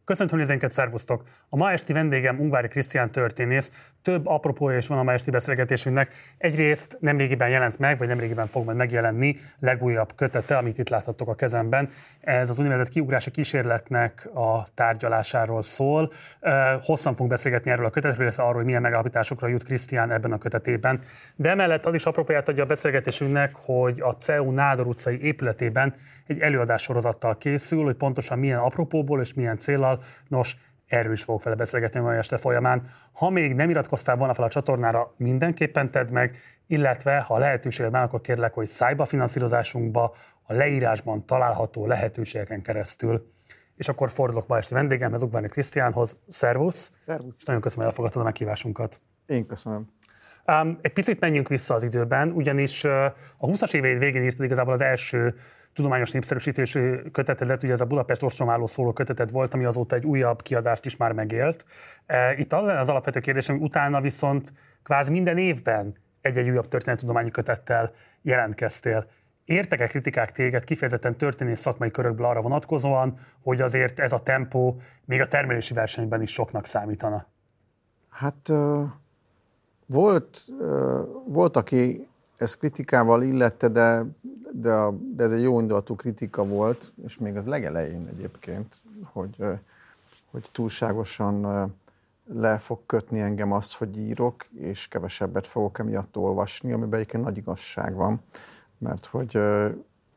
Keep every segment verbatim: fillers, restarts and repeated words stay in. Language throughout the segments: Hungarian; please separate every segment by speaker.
Speaker 1: Köszöntöm nézőinket, szervusztok! A ma esti vendégem Ungvári Krisztián történész. Több apropója is van a ma esti beszélgetésünknek. Egyrészt nemrégiben jelent meg, vagy nemrégiben fog majd megjelenni legújabb kötete, amit itt láthattok a kezemben. Ez az úgynevezett kiugrási kísérletnek a tárgyalásáról szól. Hosszan fogunk beszélgetni erről a kötetről, illetve arról, hogy milyen megállapításokra jut Krisztián ebben a kötetében. De emellett az is apropóját adja a beszélgetésünknek, hogy a cé e u Nádor utcai épületében egy előadássorozattal készül, hogy pontosan milyen apropóból és milyen céllal. Nos, erről is fogok vele beszélgetni mai este folyamán. Ha még nem iratkoztál volna fel a csatornára, mindenképpen tedd meg, illetve ha lehetőséged van, akkor kérlek, hogy szállj be a finanszírozásunkba a leírásban található lehetőségeken keresztül. És akkor fordulok ma esti vendégemhez, Ungvári Krisztiánhoz. Szervusz!
Speaker 2: Szervusz!
Speaker 1: Nagyon köszönöm, hogy elfogadtad a meghívásunkat.
Speaker 2: Én köszönöm.
Speaker 1: Um, egy picit menjünk vissza az időben, ugyanis uh, a húszas éveid végén írtad igazából az első tudományos népszerűsítésű kötetedet, ugye ez a Budapest ostromáló szóló köteted volt, ami azóta egy újabb kiadást is már megélt. Itt az az alapvető kérdésem, hogy utána viszont kvázi minden évben egy-egy újabb történettudományi kötettel jelentkeztél. Értek-e kritikák téged kifejezetten történész szakmai körökből arra vonatkozóan, hogy azért ez a tempó még a termelési versenyben is soknak számítana?
Speaker 2: Hát uh, volt, uh, volt, aki ezt kritikával illette, de, de, a, de ez egy jó indulatú kritika volt, és még az legelején egyébként, hogy, hogy túlságosan le fog kötni engem az, hogy írok, és kevesebbet fogok emiatt olvasni, amiben egyébként nagy igazság van, mert hogy uh,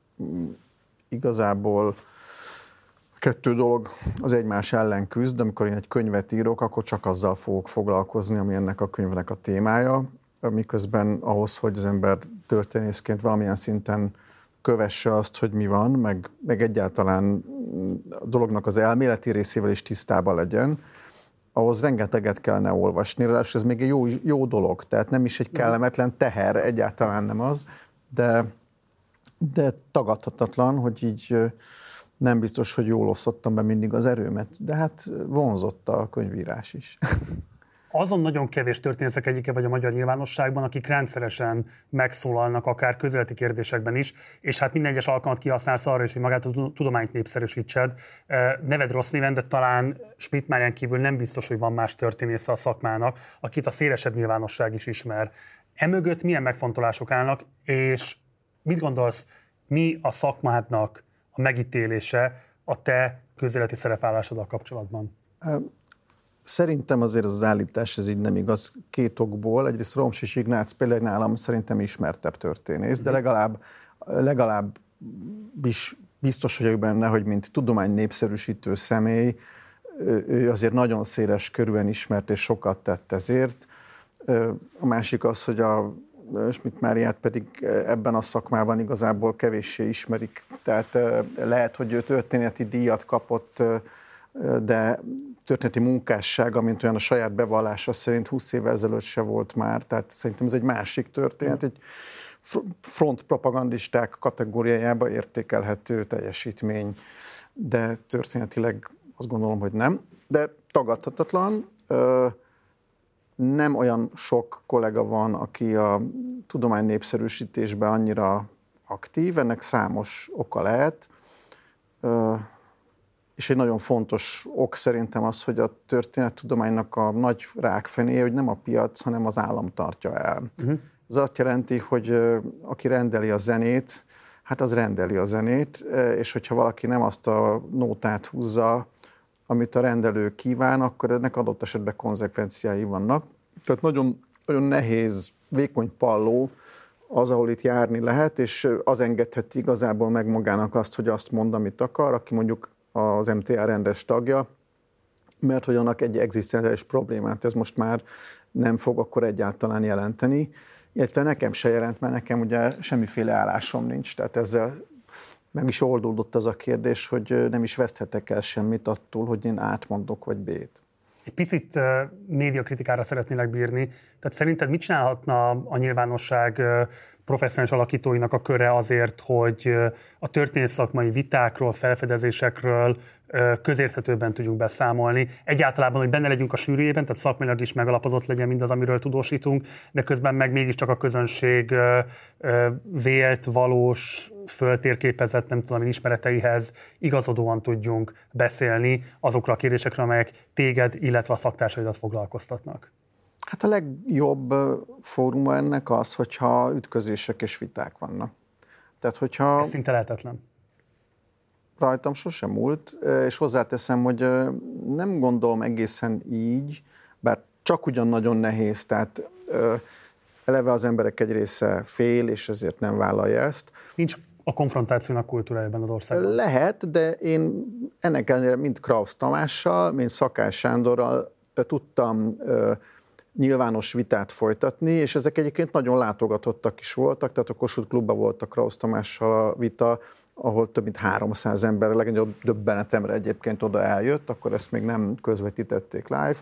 Speaker 2: igazából kettő dolog az egymás ellen küzd, de amikor én egy könyvet írok, akkor csak azzal fogok foglalkozni, ami ennek a könyvnek a témája, miközben ahhoz, hogy az ember történészként valamilyen szinten kövesse azt, hogy mi van, meg, meg egyáltalán a dolognak az elméleti részével is tisztában legyen, ahhoz rengeteget kellene olvasni, ráadásul ez még egy jó, jó dolog, tehát nem is egy kellemetlen teher, egyáltalán nem az, de, de tagadhatatlan, hogy így nem biztos, hogy jól osztottam be mindig az erőmet, de hát vonzott a könyvírás is.
Speaker 1: Azon nagyon kevés történészek egyike vagy a magyar nyilvánosságban, akik rendszeresen megszólalnak, akár közéleti kérdésekben is, és hát minden egyes alkalmat kihasználsz arra is, hogy magát a tudományt népszerűsítsed. Neved rossz néven, de talán Schmidt-Márián kívül nem biztos, hogy van más történésze a szakmának, akit a szélesebb nyilvánosság is ismer. Emögött milyen megfontolások állnak, és mit gondolsz, mi a szakmádnak a megítélése a te közéleti szerepvállásoddal kapcsolatban?
Speaker 2: Szerintem azért az állítás ez így nem igaz két okból. Egyrészt Romsis Ignác például nálam szerintem ismertebb történész, de legalább, legalább is biztos vagyok benne, hogy mint tudomány népszerűsítő személy, ő azért nagyon széles körűen ismert és sokat tett ezért. A másik az, hogy a Schmidt-Máriát pedig ebben a szakmában igazából kevéssé ismerik. Tehát lehet, hogy ő történeti díjat kapott, de történeti munkássága, mint olyan a saját bevallása szerint húsz évvel ezelőtt se volt már, tehát szerintem ez egy másik történet, egy frontpropagandisták kategóriájába értékelhető teljesítmény, de történetileg azt gondolom, hogy nem. De tagadhatatlan, nem olyan sok kollega van, aki a tudomány népszerűsítésben annyira aktív, ennek számos oka lehet. És egy nagyon fontos ok szerintem az, hogy a történettudománynak a nagy rákfenéje, hogy nem a piac, hanem az állam tartja el. Uh-huh. Ez azt jelenti, hogy aki rendeli a zenét, hát az rendeli a zenét, és hogyha valaki nem azt a nótát húzza, amit a rendelő kíván, akkor ennek adott esetben konzekvenciái vannak. Tehát nagyon, nagyon nehéz, vékony palló az, ahol itt járni lehet, és az engedheti igazából meg magának azt, hogy azt mond, amit akar, aki mondjuk az em té á rendes tagja, mert hogy annak egy egzisztenciális problémát ez most már nem fog akkor egyáltalán jelenteni. Illetve nekem se jelent, mert nekem ugye semmiféle állásom nincs, tehát ezzel meg is oldódott az a kérdés, hogy nem is veszthetek el semmit attól, hogy én átmondok vagy B-t.
Speaker 1: Egy picit uh, médiakritikára szeretnélek bírni. Tehát szerinted mit csinálhatna a nyilvánosság uh, professzionális alakítóinak a köre azért, hogy a történész szakmai vitákról, felfedezésekről közérthetőbben tudjunk beszámolni. Egyáltalában, hogy benne legyünk a sűrűjében, tehát szakmailag is megalapozott legyen mindaz, amiről tudósítunk, de közben meg mégiscsak a közönség vélt, valós, föltérképezett, nem tudom, ismereteihez igazodóan tudjunk beszélni azokra a kérdésekre, amelyek téged, illetve a szaktársaidat foglalkoztatnak.
Speaker 2: Hát a legjobb fóruma ennek az, hogyha ütközések és viták vannak. Tehát, hogyha...
Speaker 1: Ez szinte lehetetlen.
Speaker 2: Rajtam sosem múlt, és hozzáteszem, hogy nem gondolom egészen így, bár csak ugyan nagyon nehéz, tehát eleve az emberek egy része fél, és ezért nem vállalja ezt.
Speaker 1: Nincs a konfrontációnak kultúrájában az országban.
Speaker 2: Lehet, de én ennek ellenére mind Krausz Tamással, mind Szakás Sándorral tudtam nyilvános vitát folytatni, és ezek egyébként nagyon látogatottak is voltak, tehát a Kossuth Klubban volt a Krausz Tamással a vita, ahol több mint háromszáz ember, a legnagyobb döbbenetemre egyébként oda eljött, akkor ezt még nem közvetítették live.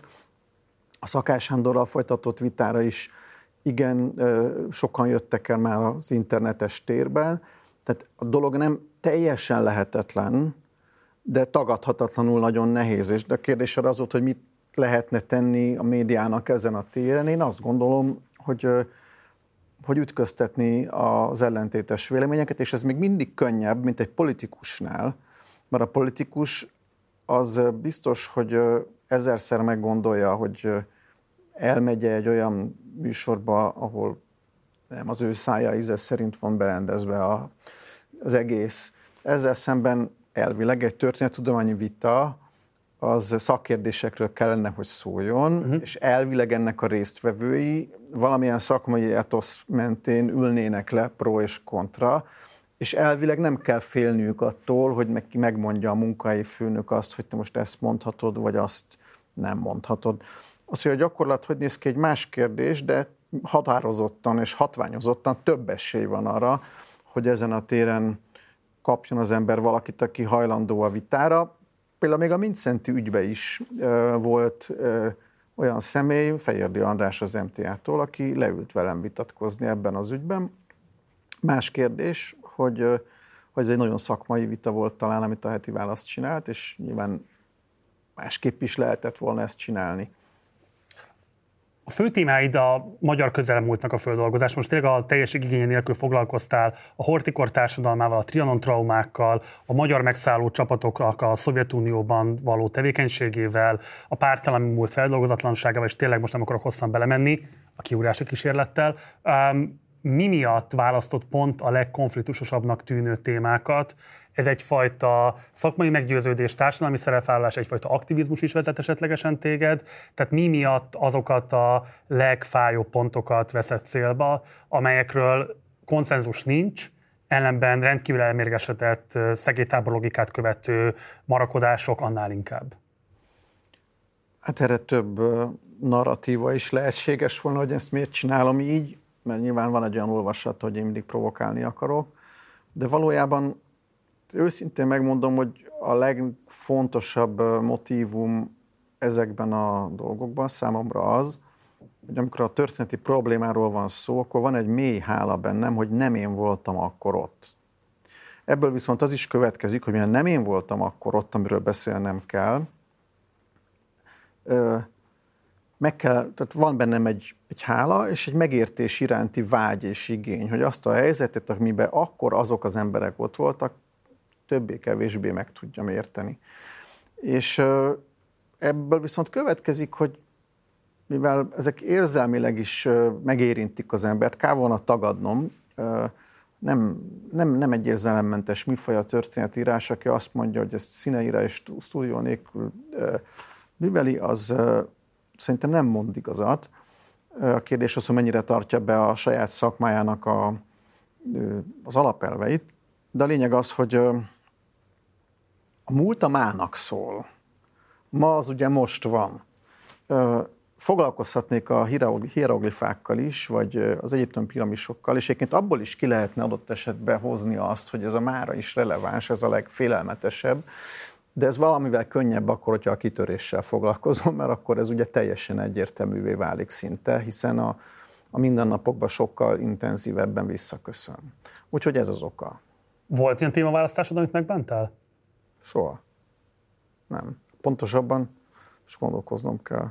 Speaker 2: A Szakás Sándorral folytatott vitára is igen, sokan jöttek el már az internetes térben, tehát a dolog nem teljesen lehetetlen, de tagadhatatlanul nagyon nehéz, és de a kérdés az volt, hogy mit lehetne tenni a médiának ezen a téren. Én azt gondolom, hogy, hogy ütköztetni az ellentétes véleményeket, és ez még mindig könnyebb, mint egy politikusnál, mert a politikus az biztos, hogy ezerszer meggondolja, hogy elmegy egy olyan műsorba, ahol nem az ő szája íze szerint van berendezve a, az egész. Ezzel szemben elvileg egy történettudományi vita az szakkérdésekről kellene, hogy szóljon, uh-huh. és elvileg ennek a résztvevői valamilyen szakmai etosz mentén ülnének le pro és kontra, és elvileg nem kell félniük attól, hogy meg, megmondja a munkahelyi főnök azt, hogy te most ezt mondhatod, vagy azt nem mondhatod. Az, hogy a gyakorlat hogy néz ki, egy más kérdés, de határozottan és hatványozottan több esély van arra, hogy ezen a téren kapjon az ember valakit, aki hajlandó a vitára. Például még a Mindszenty ügyben is ö, volt ö, olyan személy, Fejérdi András az em té á-tól, aki leült velem vitatkozni ebben az ügyben. Más kérdés, hogy, ö, hogy ez egy nagyon szakmai vita volt talán, amit a Heti Válasz csinált, és nyilván másképp is lehetett volna ezt csinálni.
Speaker 1: A fő témáid a magyar közelmúltnak a földolgozás. Most tényleg a teljesség igénye nélkül foglalkoztál a hortikor társadalmával, a trianon traumákkal, a magyar megszálló csapatoknak a Szovjetunióban való tevékenységével, a pártállami múlt feldolgozatlanságával, és tényleg most nem akarok hosszan belemenni a kiúrási kísérlettel. Um, mi miatt választott pont a legkonfliktusosabbnak tűnő témákat? Ez egyfajta szakmai meggyőződés, társadalmi szerepvállalás, egyfajta aktivizmus is vezet esetlegesen téged? Tehát mi miatt azokat a legfájóbb pontokat veszed célba, amelyekről konszenzus nincs, ellenben rendkívül elmérgesedett szegélytábor logikát követő marakodások annál inkább?
Speaker 2: Hát erre több narratíva is lehetséges volna, hogy ezt miért csinálom így, mert nyilván van egy olyan olvasat, hogy én mindig provokálni akarok, de valójában őszintén megmondom, hogy a legfontosabb motívum ezekben a dolgokban számomra az, hogy amikor a történeti problémáról van szó, akkor van egy mély hála bennem, hogy nem én voltam akkor ott. Ebből viszont az is következik, hogy mivel nem én voltam akkor ott, amiről beszélnem kell, meg kell, tehát van bennem egy, egy hála és egy megértés iránti vágy és igény, hogy azt a helyzetet, amiben akkor azok az emberek ott voltak, többé-kevésbé meg tudjam érteni. És ebből viszont következik, hogy mivel ezek érzelmileg is megérintik az embert, kár volna tagadnom, nem, nem, nem egy érzelemmentes műfaj a történetírás, aki azt mondja, hogy ezt színeire és stúdió nélkül műveli, az szerintem nem mond igazat. A kérdés az, hogy mennyire tartja be a saját szakmájának a, az alapelveit, de a lényeg az, hogy a múlt a mának szól. Ma az ugye most van. Foglalkozhatnék a hieroglifákkal is, vagy az egyiptomi piramisokkal, és egyébként abból is ki lehetne adott esetben hozni azt, hogy ez a mára is releváns, ez a legfélelmetesebb, de ez valamivel könnyebb akkor, hogyha a kitöréssel foglalkozom, mert akkor ez ugye teljesen egyértelművé válik szinte, hiszen a, a mindennapokban sokkal intenzívebben visszaköszön. Úgyhogy ez az oka.
Speaker 1: Volt ilyen témaválasztásod, amit megbántál?
Speaker 2: Soha. Nem. Pontosabban most gondolkoznom kell.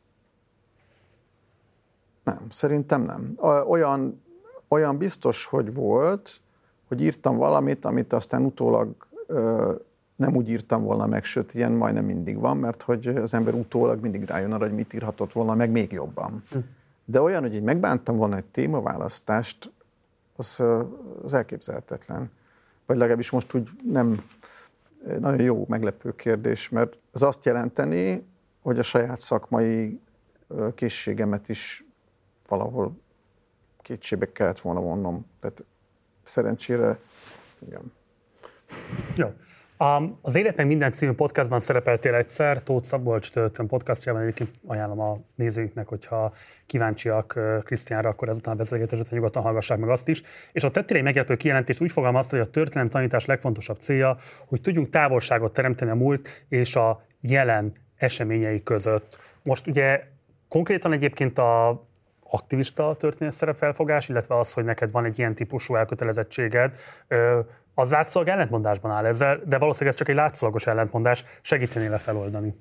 Speaker 2: Nem, szerintem nem. Olyan, olyan biztos, hogy volt, hogy írtam valamit, amit aztán utólag ö, nem úgy írtam volna meg, sőt, ilyen majdnem mindig van, mert hogy az ember utólag mindig rájön arra, hogy mit írhatott volna meg még jobban. Hm. De olyan, hogy így megbántam volna egy témaválasztást, az, az elképzelhetetlen. Vagy legalábbis most úgy nem nagyon jó, meglepő kérdés, mert ez azt jelenteni, hogy a saját szakmai készségemet is valahol kétségbe kellett volna vonnom. Tehát szerencsére, igen.
Speaker 1: Jó. Az Élet meg minden című podcastban szerepeltél egyszer, Tóth Szabolcs podcastjában, egyébként ajánlom a nézőinknek, hogyha kíváncsiak Krisztiánra, akkor ezután a beszélgetés után nyugodtan hallgassák meg azt is. És ott tettél egy meglepő kijelentést, úgy fogalmaztad, hogy a történelem tanítás legfontosabb célja, hogy tudjunk távolságot teremteni a múlt és a jelen eseményei között. Most ugye konkrétan egyébként a aktivista történet szerepfelfogás, illetve az, hogy neked van egy ilyen típusú elkötelezettséged, az látszólag ellentmondásban áll ezzel, de valószínűleg ez csak egy látszólagos ellentmondás. Segítenél-e feloldani?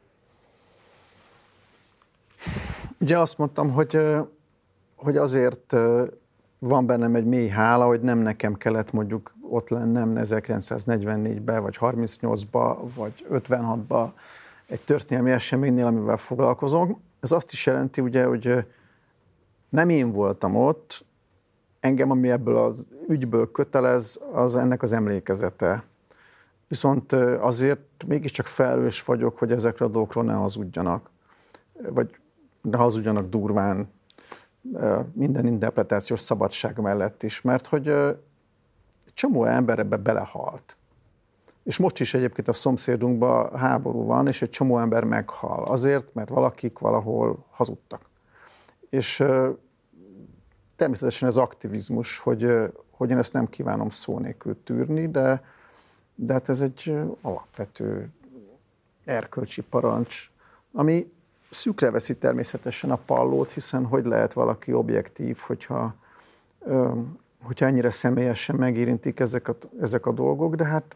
Speaker 2: Ugye azt mondtam, hogy, hogy azért van bennem egy mély hála, hogy nem nekem kellett mondjuk ott lennem ezerkilencszáznegyvennégyben, vagy harmincnyolcban, vagy ötvenhatban egy történelmi eseménynél, amivel foglalkozom. Ez azt is jelenti, ugye, hogy nem én voltam ott, engem, ami ebből az ügyből kötelez, az ennek az emlékezete. Viszont azért mégiscsak felelős vagyok, hogy ezekre a dolgokról ne hazudjanak. Vagy ne hazudjanak durván minden interpretációs szabadság mellett is, mert hogy egy csomó ember ebbe belehalt. És most is egyébként a szomszédunkban háború van, és egy csomó ember meghal. Azért, mert valakik valahol hazudtak. És természetesen ez aktivizmus, hogy, hogy én ezt nem kívánom szó nélkül tűrni, de, de hát ez egy alapvető erkölcsi parancs, ami szűkre veszi természetesen a pallót, hiszen hogy lehet valaki objektív, hogyha, hogyha ennyire személyesen megérintik ezek a, ezek a dolgok, de hát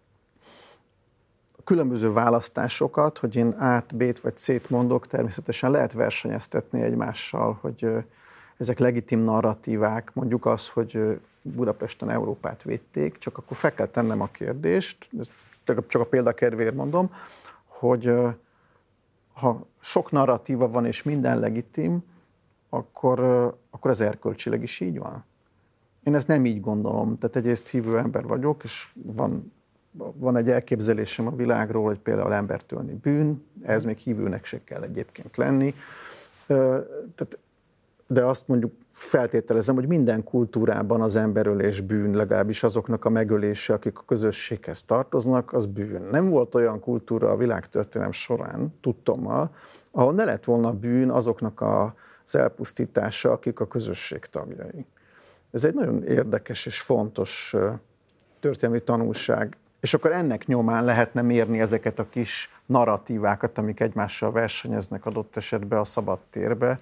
Speaker 2: a különböző választásokat, hogy én A-t, B-t vagy C-t mondok, természetesen lehet versenyeztetni egymással, hogy ezek legitim narratívák, mondjuk az, hogy Budapesten Európát védték, csak akkor fel kell tennem a kérdést, ezt csak a példakedvéért mondom, hogy ha sok narratíva van és minden legitim, akkor, akkor ez erkölcsileg is így van. Én ezt nem így gondolom, tehát egyrészt hívő ember vagyok, és van, van egy elképzelésem a világról, hogy például embert ölni bűn, ez még hívőnek se kell egyébként lenni. Tehát de azt mondjuk feltételezem, hogy minden kultúrában az emberölés bűn, legalábbis azoknak a megölése, akik a közösséghez tartoznak, az bűn. Nem volt olyan kultúra a világtörténelem során, tudtommal, ahol ne lett volna bűn azoknak az elpusztítása, akik a közösség tagjai. Ez egy nagyon érdekes és fontos történelmi tanulság. És akkor ennek nyomán lehetne mérni ezeket a kis narratívákat, amik egymással versenyeznek adott esetben a szabad térbe.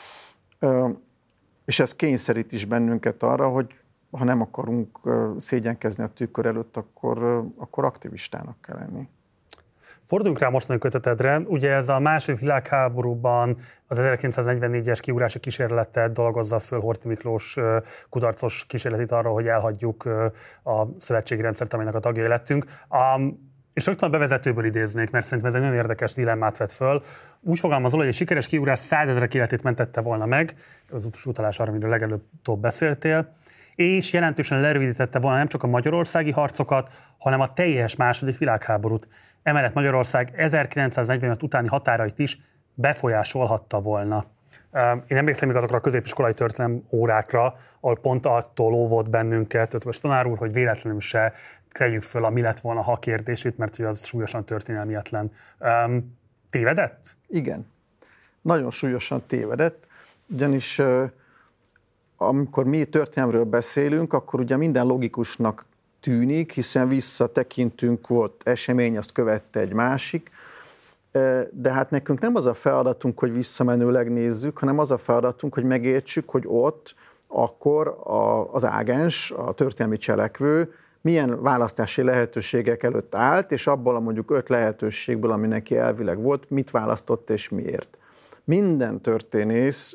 Speaker 2: És ez kényszerít is bennünket arra, hogy ha nem akarunk szégyenkezni a tükör előtt, akkor, akkor aktivistának kell lenni.
Speaker 1: Forduljunk rá a mostani kötetedre. Ugye ez a második világháborúban az ezerkilencszáznegyvennégyes kiugrási kísérletet dolgozza föl Horthy Miklós kudarcos kísérletét arra, hogy elhagyjuk a szövetségi rendszert, amelynek a tagjai lettünk. Um, És rögtön a bevezetőből idéznék, mert szerintem ez egy nagyon érdekes dilemmát vet föl. Úgy fogalmazol, hogy egy sikeres kiugrás százezrek életét mentette volna meg, az utolsó utalás arra, amiről legelőbb beszéltél, és jelentősen lerövidítette volna nem csak a magyarországi harcokat, hanem a teljes második világháborút. Emellett Magyarország ezerkilencszáznegyvenöt utáni határait is befolyásolhatta volna. Én emlékszem még azokra a középiskolai történelem órákra, ahol pont attól óvott bennünket ötvös tanár úr, hogy véletlenül se tegyük föl a mi lett volna ha kérdését, mert hogy az súlyosan történelmietlen. Um, tévedett?
Speaker 2: Igen. Nagyon súlyosan tévedett, ugyanis uh, amikor mi történelmről beszélünk, akkor ugye minden logikusnak tűnik, hiszen visszatekintünk, volt esemény, azt követte egy másik, de hát nekünk nem az a feladatunk, hogy visszamenőleg nézzük, hanem az a feladatunk, hogy megértsük, hogy ott akkor a, az ágens, a történelmi cselekvő milyen választási lehetőségek előtt állt, és abból a mondjuk öt lehetőségből, ami neki elvileg volt, mit választott és miért. Minden történész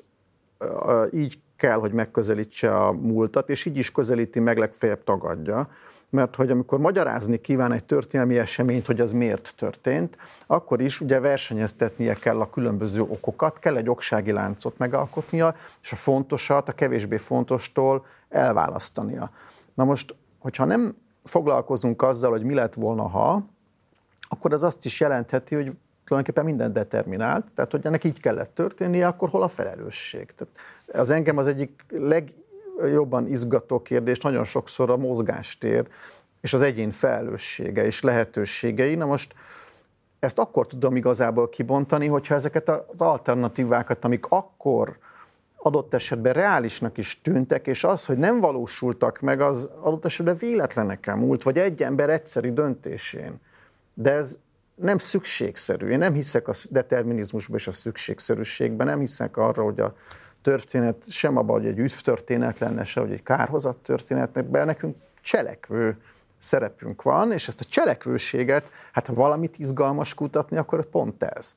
Speaker 2: így kell, hogy megközelítse a múltat, és így is közelíti meg, legfeljebb tagadja. Mert hogy amikor magyarázni kíván egy történelmi eseményt, hogy az miért történt, akkor is ugye versenyeztetnie kell a különböző okokat, kell egy oksági láncot megalkotnia, és a fontosat a kevésbé fontostól elválasztania. Na most, hogyha nem foglalkozunk azzal, hogy mi lett volna, ha, akkor az azt is jelentheti, hogy tulajdonképpen minden determinált, tehát hogy ennek így kellett történnie, akkor hol a felelősség? Tehát az engem az egyik legjobban izgató kérdés nagyon sokszor a mozgástér és az egyén felelőssége és lehetőségei. Na most ezt akkor tudom igazából kibontani, hogyha ezeket az alternatívákat, amik akkor adott esetben reálisnak is tűntek, és az, hogy nem valósultak meg, az adott esetben véletlenekkel múlt, vagy egy ember egyszeri döntésén. De ez nem szükségszerű. Én nem hiszek a determinizmusban és a szükségszerűségben, nem hiszek arra, hogy a történet sem abban, hogy egy üdvtörténet lenne, se, hogy egy kárhozat történetben, nekünk cselekvő szerepünk van, és ezt a cselekvőséget, hát ha valamit izgalmas kutatni, akkor pont ez.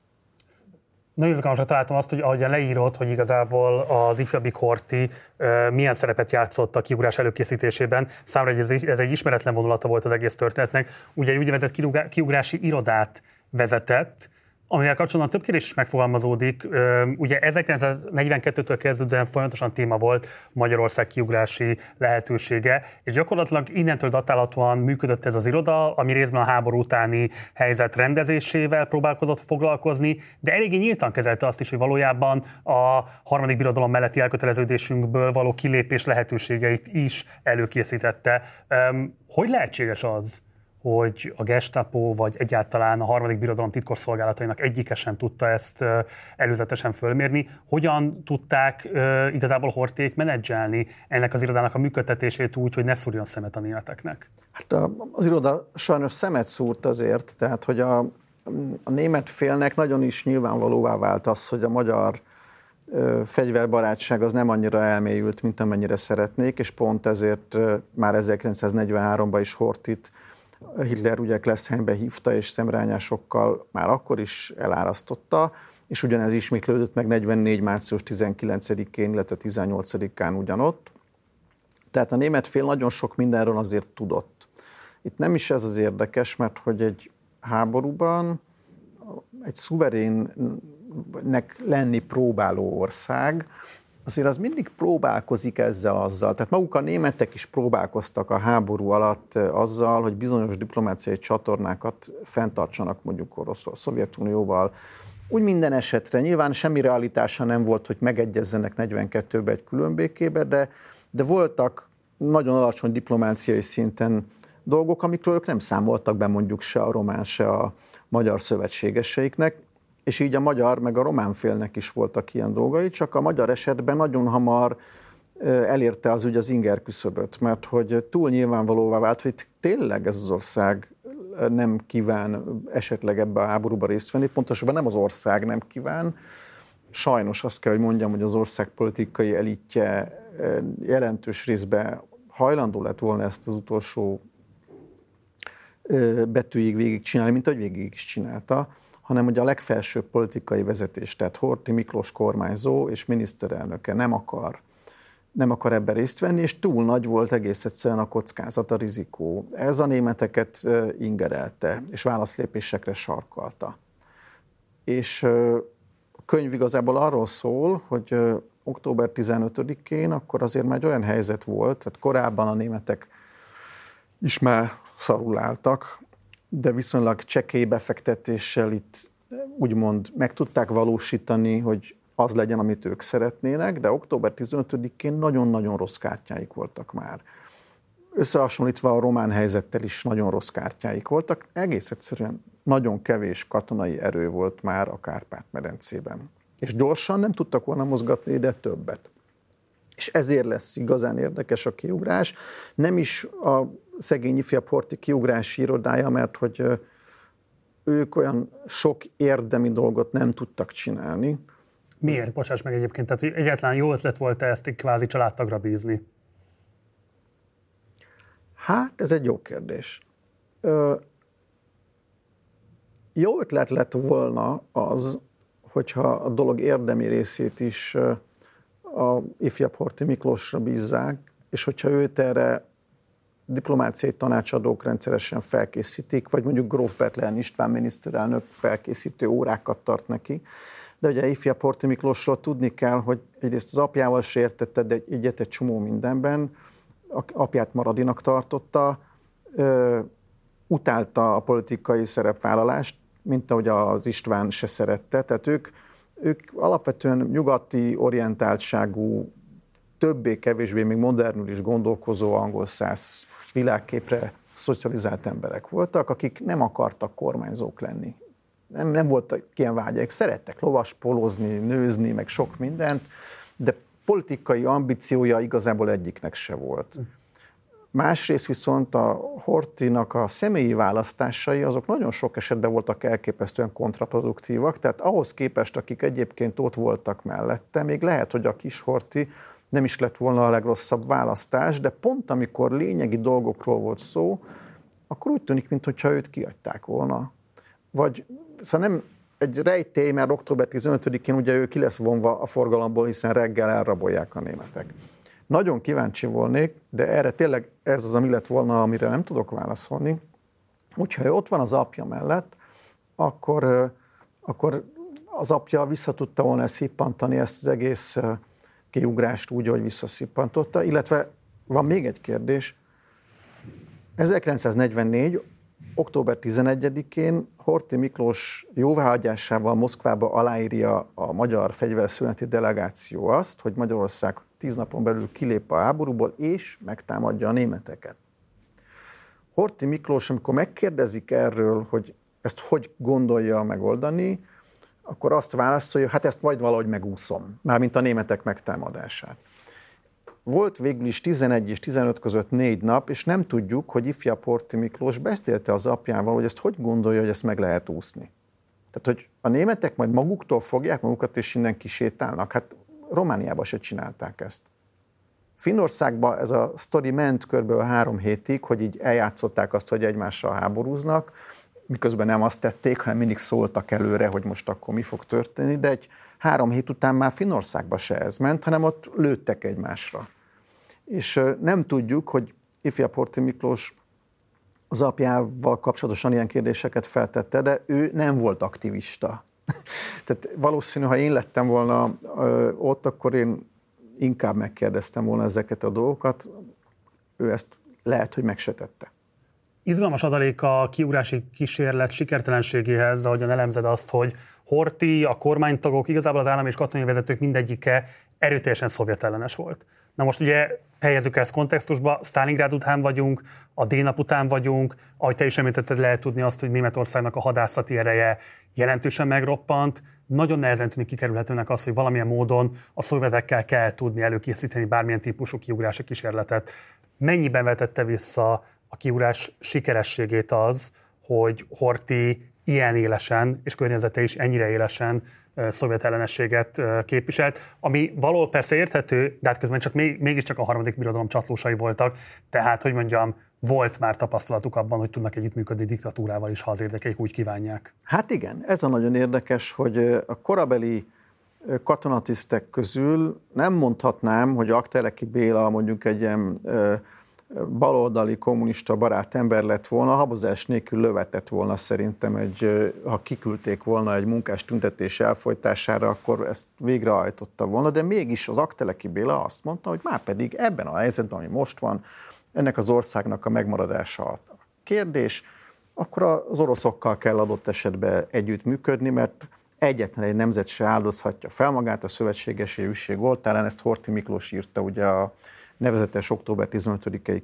Speaker 1: Nagyon izgalmasra találtam azt, hogy ahogyan leírod, hogy igazából az ifjabbik Horthy milyen szerepet játszott a kiugrás előkészítésében. Számomra ez, ez egy ismeretlen vonulata volt az egész történetnek. Ugye egy úgynevezett kiugrási irodát vezetett, amivel kapcsolatban több kérdés is megfogalmazódik. Ugye ezerkilencszáznegyvenkettőtől kezdődően folyamatosan téma volt Magyarország kiugrási lehetősége, és gyakorlatilag innentől datálhatóan működött ez az iroda, ami részben a háború utáni helyzet rendezésével próbálkozott foglalkozni, de eléggé nyíltan kezelte azt is, hogy valójában a harmadik birodalom melletti elköteleződésünkből való kilépés lehetőségeit is előkészítette. Hogy lehetséges az, hogy a Gestapo, vagy egyáltalán a harmadik birodalom titkosszolgálatainak egyike sem tudta ezt előzetesen fölmérni? Hogyan tudták igazából Horthyék menedzselni ennek az irodának a működtetését úgy, hogy ne szúrjon szemet a németeknek?
Speaker 2: Hát az iroda sajnos szemet szúrt azért, tehát hogy a, a német félnek nagyon is nyilvánvalóvá vált az, hogy a magyar fegyverbarátság az nem annyira elmélyült, mint amennyire szeretnék, és pont ezért már ezerkilencszáznegyvenháromban is Horthyt Hitler ugye Kleszheimbe hívta, és szemrehányásokkal már akkor is elárasztotta, és ugyanez ismétlődött meg negyvennégy március tizenkilencedikén, illetve tizennyolcadikán ugyanott. Tehát a német fél nagyon sok mindenről azért tudott. Itt nem is ez az érdekes, mert hogy egy háborúban egy szuverénnek lenni próbáló ország, azért az mindig próbálkozik ezzel-azzal. Tehát maguk a németek is próbálkoztak a háború alatt azzal, hogy bizonyos diplomáciai csatornákat fenntartsanak mondjuk orosz, a Szovjetunióval. Úgy minden esetre nyilván semmi realitása nem volt, hogy megegyezzenek negyvenkettőben egy különbékébe, de, de voltak nagyon alacsony diplomáciai szinten dolgok, amikről ők nem számoltak be mondjuk se a román, se a magyar szövetségeseiknek. És így a magyar, meg a román félnek is voltak ilyen dolgai, csak a magyar esetben nagyon hamar elérte az ügy az inger küszöböt, mert hogy túl nyilvánvalóvá vált, hogy tényleg ez az ország nem kíván esetleg ebbe a háborúba részt venni, pontosabban nem az ország nem kíván. Sajnos azt kell, hogy mondjam, hogy az ország politikai elitje jelentős részben hajlandó lett volna ezt az utolsó betűig végigcsinálni, mint ahogy végig is csinálta, hanem hogy a legfelsőbb politikai vezetés, tehát Horthy Miklós kormányzó és miniszterelnöke nem akar, nem akar ebben részt venni, és túl nagy volt egész egyszerűen a kockázat, a rizikó. Ez a németeket ingerelte, és válaszlépésekre sarkalta. És a könyv igazából arról szól, hogy október tizenötödikén akkor azért már egy olyan helyzet volt, tehát korábban a németek is már szarul álltak, de viszonylag csekély befektetéssel itt úgymond meg tudták valósítani, hogy az legyen, amit ők szeretnének, de október tizenötödikén nagyon-nagyon rossz kártyáik voltak már. Összehasonlítva a román helyzettel is nagyon rossz kártyáik voltak, egész egyszerűen nagyon kevés katonai erő volt már a Kárpát-medencében. És gyorsan nem tudtak volna mozgatni, de többet. És ezért lesz igazán érdekes a kiugrás. Nem is a szegény ifjabb Horthy kiugrási irodája, mert hogy ők olyan sok érdemi dolgot nem tudtak csinálni.
Speaker 1: Miért? Bocsáss meg egyébként, tehát hogy egyáltalán jó ötlet volt-e ezt kvázi családtagra bízni?
Speaker 2: Hát, ez egy jó kérdés. Ö, jó ötlet lett volna az, hogyha a dolog érdemi részét is a ifjabb Horthy Miklósra bízzák, és hogyha őt erre diplomáciai tanácsadók rendszeresen felkészítik, vagy mondjuk Gróf Bethlen István miniszterelnök felkészítő órákat tart neki. De ugye ifjabb Horthy Miklósról tudni kell, hogy egyrészt az apjával se értette, de egyet egy csomó mindenben, apját maradinak tartotta, ö, utálta a politikai szerepvállalást, mint ahogy az István se szerette. Tehát ők, ők alapvetően nyugati orientáltságú, többé-kevésbé még modernül is gondolkozó angol-szász világképre szocializált emberek voltak, akik nem akartak kormányzók lenni. Nem, nem voltak ilyen vágyaik. Szerettek lovaspolozni, nőzni, meg sok mindent, de politikai ambíciója igazából egyiknek se volt. Másrészt viszont a Horthynak a személyi választásai azok nagyon sok esetben voltak elképesztően kontraproduktívak, tehát ahhoz képest, akik egyébként ott voltak mellette, még lehet, hogy a kis Horthy nem is lett volna a legrosszabb választás, de pont amikor lényegi dolgokról volt szó, akkor úgy tűnik, mintha őt kiadták volna. Vagy, szóval nem egy rejtély, mert október tizenötödikén ugye ő ki lesz vonva a forgalomból, hiszen reggel elrabolják a németek. Nagyon kíváncsi volnék, de erre tényleg ez az, ami lett volna, amire nem tudok válaszolni. Hogyha ő ott van az apja mellett, akkor, akkor az apja vissza tudta volna szippantani ezt az egész kiugrást úgy, hogy visszaszippantotta. Illetve van még egy kérdés. ezerkilencszáznegyvennégy. október tizenegyedikén Horthy Miklós jóváhagyásával Moszkvába aláírja a magyar fegyverszüneti delegáció azt, hogy Magyarország tíz napon belül kilép a háborúból, és megtámadja a németeket. Horthy Miklós, amikor megkérdezik erről, hogy ezt hogy gondolja megoldani, akkor azt válaszolja, hát ezt majd valahogy megúszom, mármint a németek megtámadását. Volt végül is tizenegy és tizenöt között négy nap, és nem tudjuk, hogy ifjabb Horthy Miklós beszélte az apjával, hogy ezt hogy gondolja, hogy ezt meg lehet úszni. Tehát, hogy a németek majd maguktól fogják magukat, és innen kisétálnak. Hát Romániában se csinálták ezt. Finnországban ez a sztori ment körülbelül három hétig, hogy így eljátszották azt, hogy egymással háborúznak, miközben nem azt tették, hanem mindig szóltak előre, hogy most akkor mi fog történni, de egy három hét után már Finnországban se ez ment, hanem ott lőttek egymásra. És nem tudjuk, hogy ifjabb Horthy Miklós az apjával kapcsolatosan ilyen kérdéseket feltette, de ő nem volt aktivista. Tehát valószínű, ha én lettem volna ott, akkor én inkább megkérdeztem volna ezeket a dolgokat. Ő ezt lehet, hogy meg se tette.
Speaker 1: Izgalmas adalék a kiugrási kísérlet sikertelenségéhez, ahogyan elemzed azt, hogy Horthy, a kormánytagok, igazából az állami és katonai vezetők mindegyike erőteljesen szovjetellenes volt. Na most ugye helyezzük ezt kontextusba, Sztálingrád után vagyunk, a D-nap után vagyunk, ahogy te is említetted, lehet tudni azt, hogy Németországnak a hadászati ereje jelentősen megroppant. Nagyon nehezen tűnik kikerülhetőnek az, hogy valamilyen módon a szovjetekkel kell tudni előkészíteni bármilyen típusú kiugrási kísérletet. Mennyiben vetette vissza a kiugrás sikerességét az, hogy Horthy ilyen élesen, és környezete is ennyire élesen szovjet ellenességet képviselt, ami valahol persze érthető, de hát közben csak még, mégiscsak a harmadik birodalom csatlósai voltak, tehát, hogy mondjam, volt már tapasztalatuk abban, hogy tudnak együttműködni diktatúrával is, ha az érdekeik úgy kívánják.
Speaker 2: Hát igen, ez a nagyon érdekes, hogy a korabeli katonatisztek közül nem mondhatnám, hogy Aggteleki Béla mondjuk egy ilyen baloldali kommunista barát ember lett volna, habozás nélkül lövetett volna szerintem, egy, ha kiküldték volna egy munkás tüntetés elfolytására, akkor ezt végrehajtotta volna, de mégis az Aggteleki Béla azt mondta, hogy már pedig ebben a helyzetben, ami most van, ennek az országnak a megmaradása a kérdés, akkor az oroszokkal kell adott esetben együttműködni, mert egyetlen egy nemzet se áldozhatja fel magát a szövetséges üsség oltárán, ezt Horthy Miklós írta ugye a nevezetes október tizenötödikei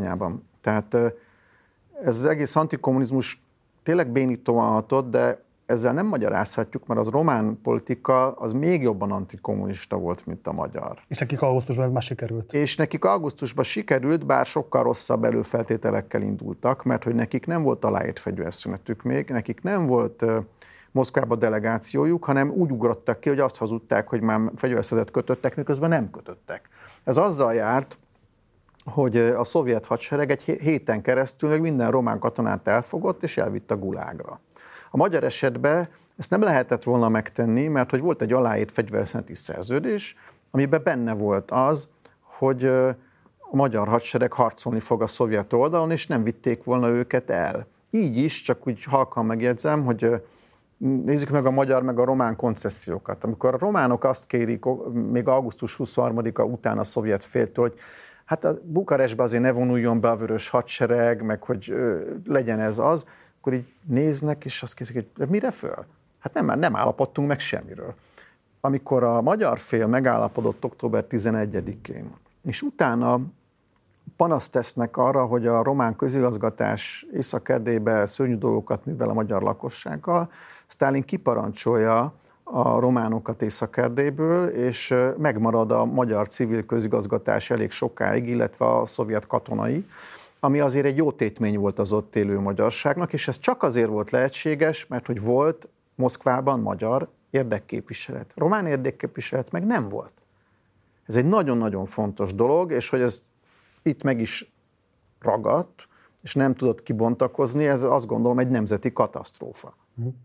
Speaker 2: kiáltványában. Tehát ez az egész antikommunizmus tényleg bénítóan hatott, de ezzel nem magyarázhatjuk, mert az román politika az még jobban antikommunista volt, mint a magyar.
Speaker 1: És nekik augusztusban ez már sikerült.
Speaker 2: És nekik augusztusban sikerült, bár sokkal rosszabb előfeltételekkel indultak, mert hogy nekik nem volt aláírt fegyverszünetük még, nekik nem volt uh, Moszkvába delegációjuk, hanem úgy ugrottak ki, hogy azt hazudták, hogy már fegyverszünetet kötöttek, miközben nem kötöttek. Ez azzal járt, hogy a szovjet hadsereg egy héten keresztül meg minden román katonát elfogott és elvitt a Gulágra. A magyar esetben ezt nem lehetett volna megtenni, mert hogy volt egy aláírt fegyverszüneti szerződés, amiben benne volt az, hogy a magyar hadsereg harcolni fog a szovjet oldalon, és nem vitték volna őket el. Így is, csak úgy halkan megjegyzem, hogy nézzük meg a magyar, meg a román koncesziókat. Amikor a románok azt kérik, még augusztus huszonharmadika után a szovjet féltől, hogy hát a Bukarestbe azért ne vonuljon be a vörös hadsereg, meg hogy ö, legyen ez az, akkor így néznek, és azt kérdezik, hogy mire föl? Hát nem, nem állapodtunk meg semmiről. Amikor a magyar fél megállapodott október tizenegyedikén, és utána panaszt tesznek arra, hogy a román közigazgatás Észak-Erdélybe szörnyű dolgokat művel a magyar lakossággal, Sztálin kiparancsolja a románokat Észak-Erdélyből, és megmarad a magyar civil közigazgatás elég sokáig, illetve a szovjet katonai, ami azért egy jó tétmény volt az ott élő magyarságnak, és ez csak azért volt lehetséges, mert hogy volt Moszkvában magyar érdekképviselet. Román érdekképviselet meg nem volt. Ez egy nagyon-nagyon fontos dolog, és hogy ez itt meg is ragadt, és nem tudott kibontakozni, ez azt gondolom egy nemzeti katasztrófa.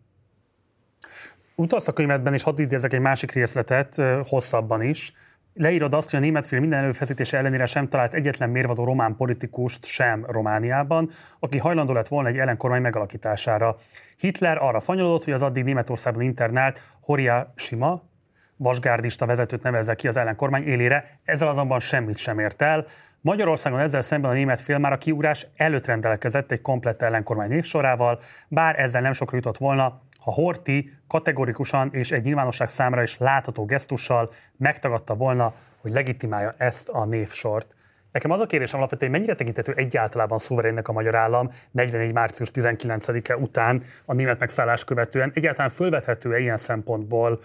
Speaker 1: Utalsz a könyvedben, és hadd idézek egy másik részletet, hosszabban is. Leírod azt, hogy a német fél minden előfeszítése ellenére sem talált egyetlen mérvadó román politikust sem Romániában, aki hajlandó lett volna egy ellenkormány megalakítására. Hitler arra fanyolodott, hogy az addig Németországban internált Horia Sima, vasgárdista vezetőt nevezze ki az ellenkormány élére, ezzel azonban semmit sem ért el. Magyarországon ezzel szemben a német fél már a kiugrás előtt rendelkezett egy komplett ellenkormány névsorával, bár ezzel nem sokra jutott volna, ha Horthy kategorikusan és egy nyilvánosság számára is látható gesztussal megtagadta volna, hogy legitimálja ezt a névsort. Nekem az a kérdésem alapvetően, hogy mennyire tekinthető egyáltalában szuverénnek a magyar állam negyvenegy március tizenkilencedike után a német megszállás követően, egyáltalán fölvethető-e ilyen szempontból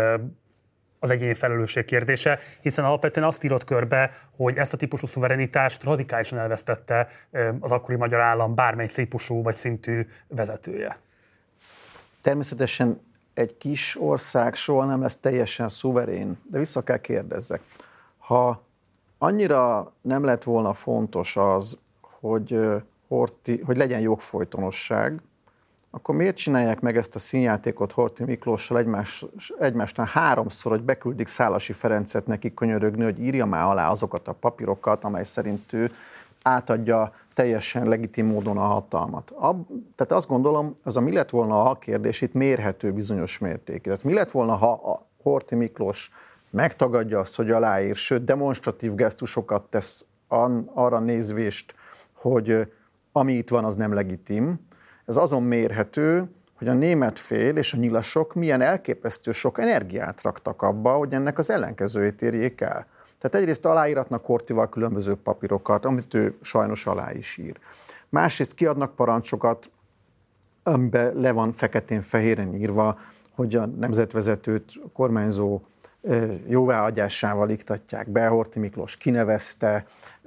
Speaker 1: az egyéni felelősség kérdése, hiszen alapvetően azt írott körbe, hogy ezt a típusú szuverenitást radikálisan elvesztette az akkori magyar állam bármely típusú vagy szintű vezetője.
Speaker 2: Természetesen egy kis ország soha nem lesz teljesen szuverén, de vissza kell kérdezzek. Ha annyira nem lett volna fontos az, hogy, Horthy, hogy legyen jogfolytonosság, akkor miért csinálják meg ezt a színjátékot Horthy Miklóssal egymás, egymásnál háromszor, hogy beküldik Szálasi Ferencet neki könyörögni, hogy írja már alá azokat a papírokat, amely szerint ő átadja teljesen legitim módon a hatalmat. Ab, tehát azt gondolom, az a mi lett volna a kérdés, itt mérhető bizonyos mértékig. Tehát mi lett volna, ha a Horthy Miklós megtagadja azt, hogy aláír, sőt demonstratív gesztusokat tesz arra nézvést, hogy ami itt van, az nem legitim. Ez azon mérhető, hogy a német fél és a nyilasok milyen elképesztő sok energiát raktak abba, hogy ennek az ellenkezőjét érjék el. Tehát egyrészt aláíratnak Horthyval különböző papírokat, amit ő sajnos alá is ír. Másrészt kiadnak parancsokat, amiben le van feketén-fehéren írva, hogy a nemzetvezetőt a kormányzó jóváhagyásával iktatják be, Horthy Miklós kinevezte.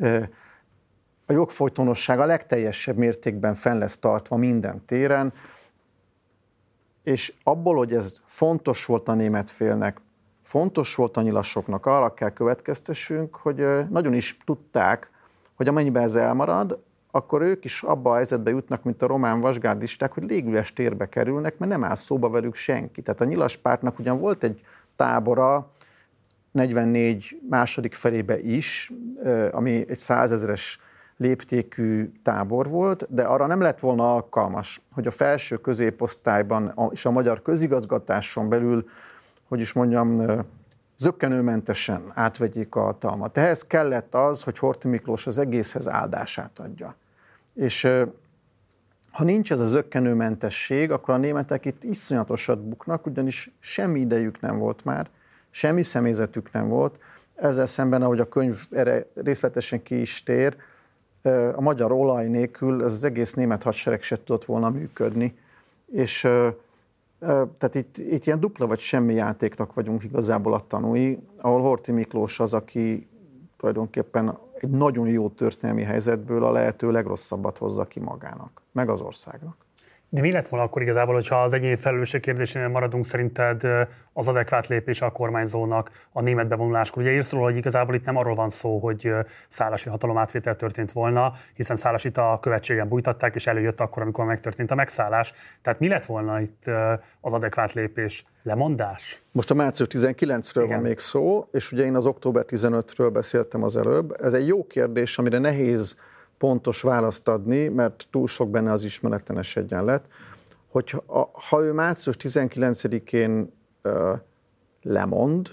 Speaker 2: A jogfolytonosság a legteljesebb mértékben fenn lesz tartva minden téren, és abból, hogy ez fontos volt a német félnek, fontos volt a nyilasoknak, arra kell következtessünk, hogy nagyon is tudták, hogy amennyiben ez elmarad, akkor ők is abba a helyzetbe jutnak, mint a román vasgárdisták, hogy légüres térbe kerülnek, mert nem áll szóba velük senki. Tehát a nyilas pártnak ugyan volt egy tábora, negyvennégy második felébe is, ami egy százezres léptékű tábor volt, de arra nem lett volna alkalmas, hogy a felső középosztályban és a magyar közigazgatáson belül, hogy is mondjam, zökkenőmentesen átvegyék a hatalmat. Ehhez kellett az, hogy Horthy Miklós az egészhez áldását adja. És ha nincs ez a zökkenőmentesség, akkor a németek itt iszonyatosat buknak, ugyanis semmi idejük nem volt már, semmi személyzetük nem volt. Ezzel szemben, ahogy a könyv erre részletesen ki is tér, a magyar olaj nélkül az egész német hadsereg se tudott volna működni. És Tehát itt, itt ilyen dupla vagy semmi játéknak vagyunk igazából a tanúi, ahol Horthy Miklós az, aki tulajdonképpen egy nagyon jó történelmi helyzetből a lehető legrosszabbat hozza ki magának, meg az országnak.
Speaker 1: De mi lett volna akkor igazából, hogyha az egyéni felelősség kérdésénél maradunk, szerinted az adekvát lépés a kormányzónak a német bevonuláskor? Ugye írsz róla, hogy igazából itt nem arról van szó, hogy szálasi hatalomátvétel történt volna, hiszen Szálasit a követségen bújtatták, és előjött akkor, amikor megtörtént a megszállás. Tehát mi lett volna itt az adekvát lépés? Lemondás?
Speaker 2: Most a március tizenkilencedikéről van még szó, és ugye én az október tizenötödikéről beszéltem az előbb. Ez egy jó kérdés, amire nehéz pontos választ adni, mert túl sok benne az ismeretlenes egyenlet, hogy ha, ha ő március tizenkilencedikén uh, lemond,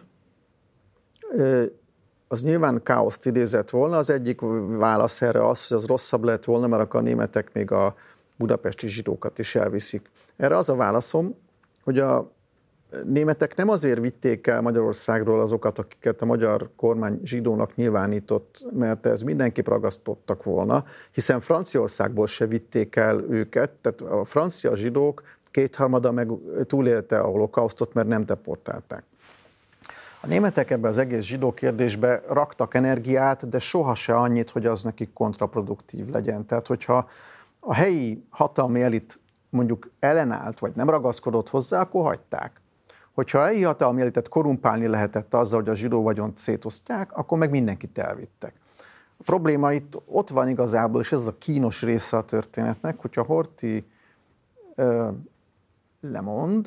Speaker 2: uh, az nyilván káoszt idézett volna. Az egyik válasz erre az, hogy az rosszabb lett volna, mert akkor a németek még a budapesti zsidókat is elviszik. Erre az a válaszom, hogy a németek nem azért vitték el Magyarországról azokat, akiket a magyar kormány zsidónak nyilvánított, mert ez mindenképp ragasztottak volna, hiszen Franciaországból se vitték el őket, tehát a francia zsidók kétharmada meg túlélte a holokausztot, mert nem deportálták. A németek ebben az egész zsidó kérdésbe raktak energiát, de soha se annyit, hogy az nekik kontraproduktív legyen. Tehát, hogyha a helyi hatalmi elit mondjuk ellenállt, vagy nem ragaszkodott hozzá, akkor hagyták. Hogyha a helyi hatalmi elitet korrumpálni lehetett azzal, hogy a zsidó vagyont szétosztják, akkor meg mindenkit elvittek. A probléma itt ott van igazából, és ez a kínos része a történetnek, hogyha Horthy ö, lemond,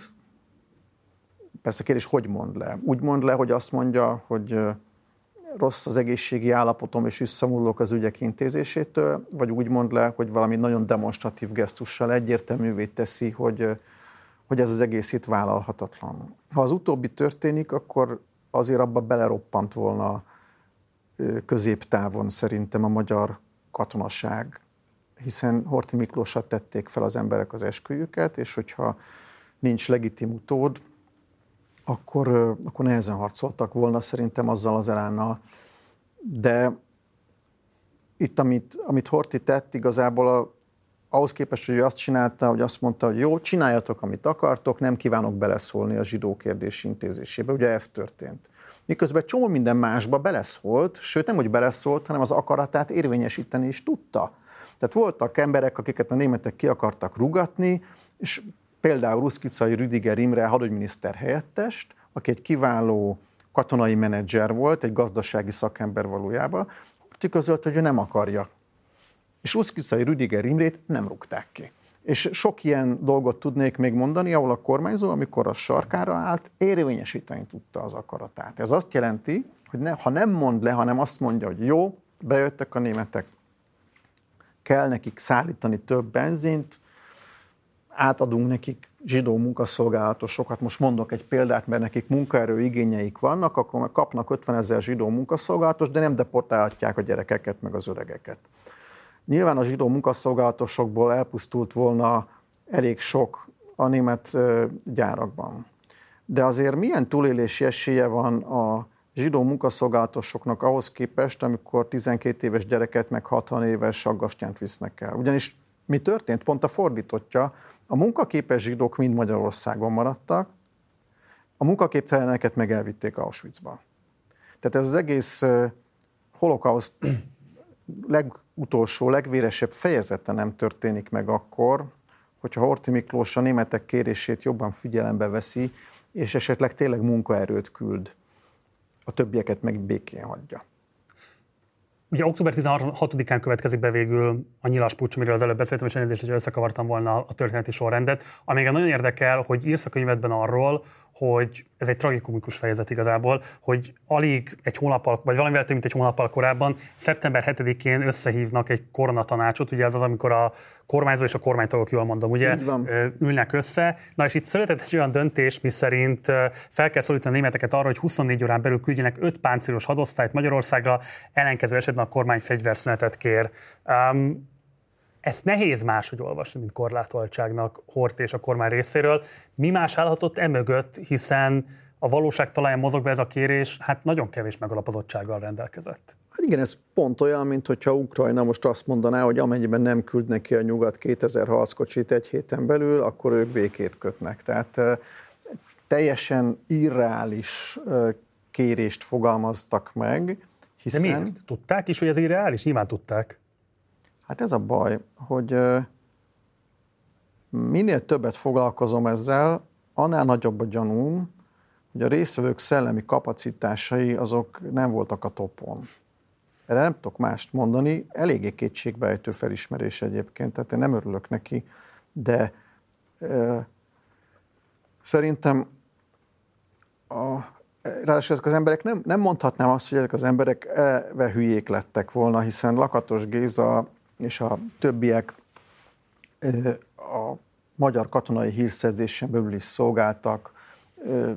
Speaker 2: persze kérdés, hogy mond le? Úgy mond le, hogy azt mondja, hogy rossz az egészségi állapotom, és visszamúlok az ügyek intézésétől, vagy úgy mond le, hogy valami nagyon demonstratív gesztussal egyértelművé teszi, hogy, hogy ez az egész itt vállalhatatlan. Ha az utóbbi történik, akkor azért abba beleroppant volna középtávon szerintem a magyar katonaság, hiszen Horthy Miklósra tették fel az emberek az esküjüket, és hogyha nincs legitim utód, akkor, akkor nehezen harcoltak volna szerintem azzal az elánnal. De itt, amit, amit Horthy tett, igazából a, ahhoz képest, hogy ő azt csinálta, hogy azt mondta, hogy jó, csináljatok, amit akartok, nem kívánok beleszólni a zsidó kérdés intézésébe. Ugye ez történt. Miközben csomó minden másba beleszólt, sőt nem, hogy beleszólt, hanem az akaratát érvényesíteni is tudta. Tehát voltak emberek, akiket a németek ki akartak rugatni, és például Ruszkicai Rüdiger Imre hadügyminiszter helyettest, aki egy kiváló katonai menedzser volt, egy gazdasági szakember valójában, Horthy közölt, hogy ő nem akarja. És Ruszkicai Rüdiger Imrét nem rúgták ki. És sok ilyen dolgot tudnék még mondani, ahol a kormányzó, amikor a sarkára állt, érvényesíteni tudta az akaratát. Ez azt jelenti, hogy ne, ha nem mond le, hanem azt mondja, hogy jó, bejöttek a németek, kell nekik szállítani több benzint, átadunk nekik zsidó munkaszolgálatosokat, most mondok egy példát, mert nekik munkaerő igényeik vannak, akkor kapnak ötvenezer zsidó munkaszolgálatos, de nem deportálhatják a gyerekeket, meg az öregeket. Nyilván a zsidó munkaszolgálatosokból elpusztult volna elég sok a német gyárakban. De azért milyen túlélési esélye van a zsidó munkaszolgálatosoknak ahhoz képest, amikor tizenkét éves gyereket, meg hatvan éves saggastyánt visznek el. Ugyanis mi történt? Pont a fordítottja. A munkaképes zsidók mind Magyarországon maradtak, a munkaképteleneket meg elvitték Auschwitzba. Tehát ez az egész holokauszt legutolsó, legvéresebb fejezete nem történik meg akkor, hogyha Horthy Miklós a németek kérését jobban figyelembe veszi, és esetleg tényleg munkaerőt küld, a többieket meg békén hagyja.
Speaker 1: Ugye október tizenhatodikán következik be végül a nyilas puccs, amiről az előbb beszéltem, és elnézést, hogy összekavartam volna a történeti sorrendet. Ami engem nagyon érdekel, hogy írsz a könyvedben arról, hogy ez egy tragikomikus fejezet igazából, hogy alig egy hónappal, vagy valamivel több mint egy hónappal korábban, szeptember hetedikén összehívnak egy koronatanácsot, ugye ez az, amikor a kormányzó és a kormánytagok, jól mondom, ugye ülnek össze. Na és itt született egy olyan döntés, miszerint fel kell szólítani a németeket arra, hogy huszonnégy órán belül küldjenek öt páncélos hadosztályt Magyarországra, ellenkező esetben a kormány fegyverszünetet kér. Um, Ezt nehéz máshogy olvasni, mint korlátoltságnak Horthy és a kormány részéről. Mi más állhatott emögött, hiszen a valóság talaján mozog be ez a kérés, hát nagyon kevés megalapozottsággal rendelkezett.
Speaker 2: Hát igen, ez pont olyan, mint hogyha Ukrajna most azt mondaná, hogy amennyiben nem küld neki a nyugat kétezer harckocsit egy héten belül, akkor ők békét kötnek. Tehát teljesen irreális kérést fogalmaztak meg, hiszen...
Speaker 1: De miért? Tudták is, hogy ez irreális? Nyilván tudták.
Speaker 2: Hát ez a baj, hogy minél többet foglalkozom ezzel, annál nagyobb a gyanúm, hogy a résztvevők szellemi kapacitásai azok nem voltak a topon. Erre nem tudok mást mondani, eléggé kétségbejtő felismerés egyébként, tehát én nem örülök neki, de ö, szerintem a, ráadásul ezek az emberek nem, nem mondhatnám azt, hogy ezek az emberek elve hülyék lettek volna, hiszen Lakatos Géza és a többiek ö, a magyar katonai hírszerzésen belül is szolgáltak, ö,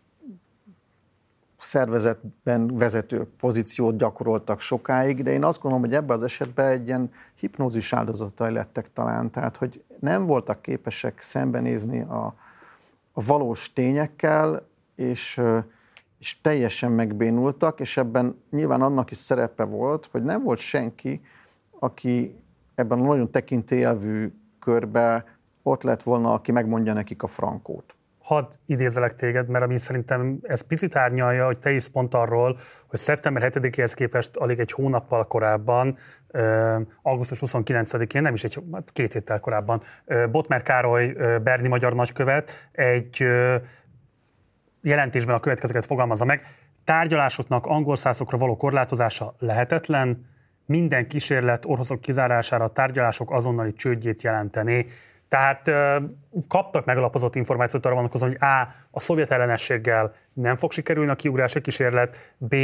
Speaker 2: szervezetben vezető pozíciót gyakoroltak sokáig, de én azt gondolom, hogy ebben az esetben egy ilyen hipnózis áldozatai lettek talán, tehát hogy nem voltak képesek szembenézni a, a valós tényekkel, és, és teljesen megbénultak, és ebben nyilván annak is szerepe volt, hogy nem volt senki, aki ebben a nagyon tekintélyelvű körben ott lett volna, aki megmondja nekik a frankót.
Speaker 1: Hadd idézelek téged, mert ami szerintem ez picit árnyalja, hogy te is pont arról, hogy szeptember hetedikéhez képest alig egy hónappal korábban, augusztus huszonkilencedikén, nem is egy, két héttel korábban, Bottmer Károly berni magyar nagykövet egy jelentésben a következőket fogalmazza meg. Tárgyalásoknak angol szászokra való korlátozása lehetetlen, minden kísérlet oroszok kizárására a tárgyalások azonnali csődjét jelenteni. Tehát kaptak megalapozott információt arra vonatkozóan, hogy A. a szovjet ellenességgel nem fog sikerülni a kiugrási kísérlet, B.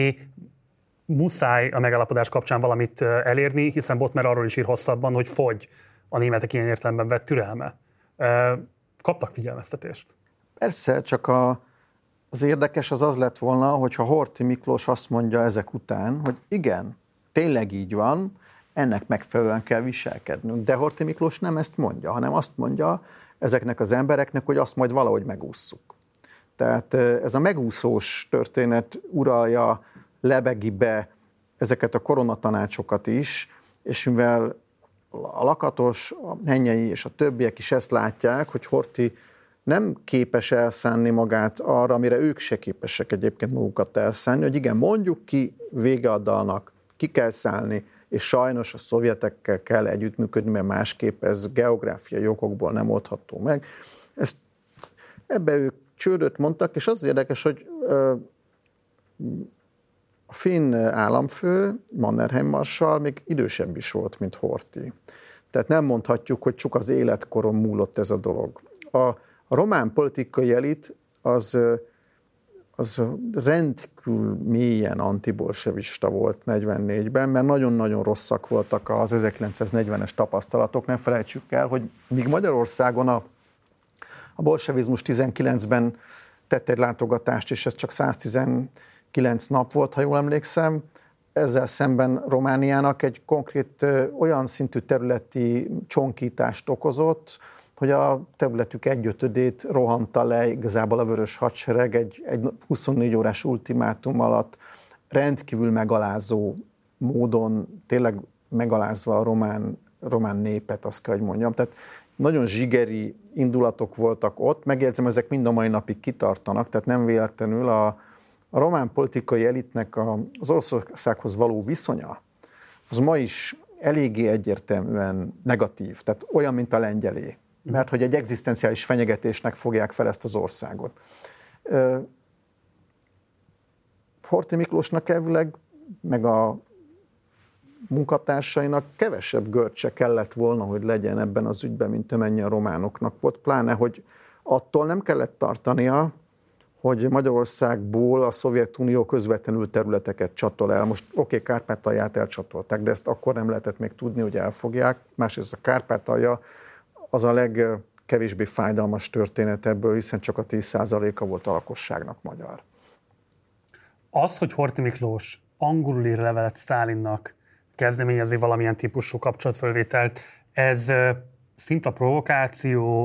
Speaker 1: muszáj a megállapodás kapcsán valamit elérni, hiszen Bottmer arról is ír hosszabban, hogy fogy a németek ilyen értelemben vett türelme. Kaptak figyelmeztetést.
Speaker 2: Persze, csak a, az érdekes az az lett volna, hogyha Horthy Miklós azt mondja ezek után, hogy igen, tényleg így van, ennek megfelelően kell viselkednünk. De Horthy Miklós nem ezt mondja, hanem azt mondja ezeknek az embereknek, hogy azt majd valahogy megússzuk. Tehát ez a megúszós történet uralja, lebegi be ezeket a koronatanácsokat is, és mivel a Lakatos, a Hennyei és a többiek is ezt látják, hogy Horthy nem képes elszánni magát arra, amire ők se képesek egyébként magukat elszánni, hogy igen, mondjuk ki, vége a dalnak, ki kell szállni, és sajnos a szovjetekkel kell együttműködni, mert másképp ez geográfiai okokból nem oldható meg. Ezt, ebbe ők csődöt mondtak, és az érdekes, hogy ö, a finn államfő, Mannerheim marsall még idősebb is volt, mint Horthy. Tehát nem mondhatjuk, hogy csak az életkoron múlott ez a dolog. A, a román politikai elit az... az rendkívül mélyen antibolsevista volt negyvennégyben, mert nagyon-nagyon rosszak voltak az ezerkilencszáznegyvenes tapasztalatok. Nem felejtsük el, hogy míg Magyarországon a, a bolsevizmus tizenkilencben tett egy látogatást, és ez csak száztizenkilenc nap volt, ha jól emlékszem, ezzel szemben Romániának egy konkrét olyan szintű területi csonkítást okozott, hogy a területük egyötödét rohanta le igazából a Vörös Hadsereg egy, egy huszonnégy órás ultimátum alatt rendkívül megalázó módon, tényleg megalázva a román, román népet, azt kell, hogy mondjam. Tehát nagyon zsigeri indulatok voltak ott, megjegyzem, ezek mind a mai napig kitartanak, tehát nem véletlenül a, a román politikai elitnek a, az Oroszországhoz való viszonya, az ma is eléggé egyértelműen negatív, tehát olyan, mint a lengyelé. Mert hogy egy egzisztenciális fenyegetésnek fogják fel ezt az országot. Horthy Miklósnak elvileg, meg a munkatársainak kevesebb görcse kellett volna, hogy legyen ebben az ügyben, mint amennyi a románoknak volt. Pláne, hogy attól nem kellett tartania, hogy Magyarországból a Szovjetunió közvetlenül területeket csatol el. Most oké, okay, Kárpátalját elcsatolták, de ezt akkor nem lehetett még tudni, hogy elfogják. Másrészt a Kárpátalja az a legkevésbé fájdalmas történet ebből, hiszen csak a tíz százaléka volt a lakosságnak magyar.
Speaker 1: Az, hogy Horthy Miklós angolul ír levelet Sztálinnak, kezdeményezi valamilyen típusú kapcsolatfölvételt, ez szimpla provokáció,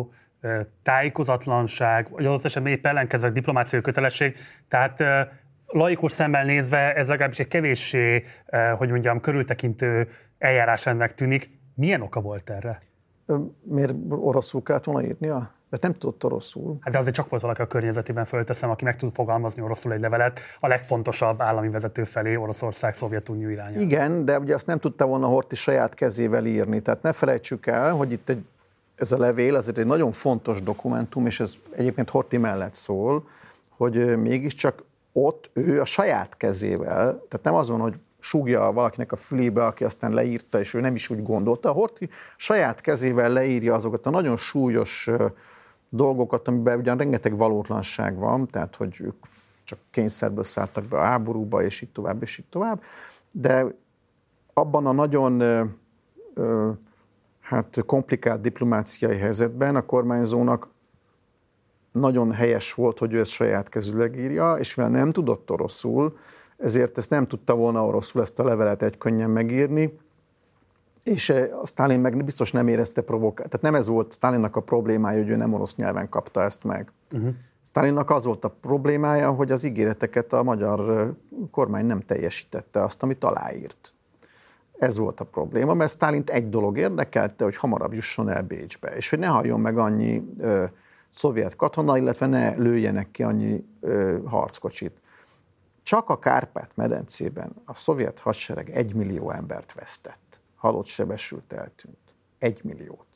Speaker 1: tájékozatlanság, vagy adott esetben épp ellenkező diplomáciai kötelesség. Tehát laikus szemmel nézve ez legalábbis egy kevéssé, hogy mondjam, körültekintő eljárás ennek tűnik. Milyen oka volt erre?
Speaker 2: Miért oroszul kellett volna írnia? Mert nem tudott oroszul.
Speaker 1: Hát de azért csak volt valaki a környezetében, fölteszem, aki meg tud fogalmazni oroszul egy levelet a legfontosabb állami vezető felé, Oroszország, Szovjetunió irányába.
Speaker 2: Igen, de ugye azt nem tudta volna Horthy saját kezével írni. Tehát ne felejtsük el, hogy itt egy, ez a levél azért egy nagyon fontos dokumentum, és ez egyébként Horthy mellett szól, hogy mégiscsak ott ő a saját kezével, tehát nem azon, hogy súgja valakinek a fülébe, aki aztán leírta, és ő nem is úgy gondolta. A Horthy saját kezével leírja azokat a nagyon súlyos dolgokat, amiben ugyan rengeteg valótlanság van, tehát hogy ők csak kényszerből szálltak be a háborúba, és így tovább, és így tovább. De abban a nagyon ö, hát komplikált diplomáciai helyzetben a kormányzónak nagyon helyes volt, hogy ő ezt saját kezűleg írja, és mivel nem tudott oroszul, ezért ezt nem tudta volna oroszul ezt a levelet egy könnyen megírni, és a Sztálin meg biztos nem érezte provokációt. Tehát nem ez volt Sztálinnak a problémája, hogy ő nem orosz nyelven kapta ezt meg. Uh-huh. Sztálinnak az volt a problémája, hogy az ígéreteket a magyar kormány nem teljesítette azt, amit aláírt. Ez volt a probléma, mert Sztálint egy dolog érdekelte, hogy hamarabb jusson el Bécsbe, és hogy ne halljon meg annyi ö, szovjet katona, illetve ne lőjenek ki annyi ö, harckocsit. Csak a Kárpát-medencében a szovjet hadsereg egy millió embert vesztett. Halott, sebesült, eltűnt. Egy milliót.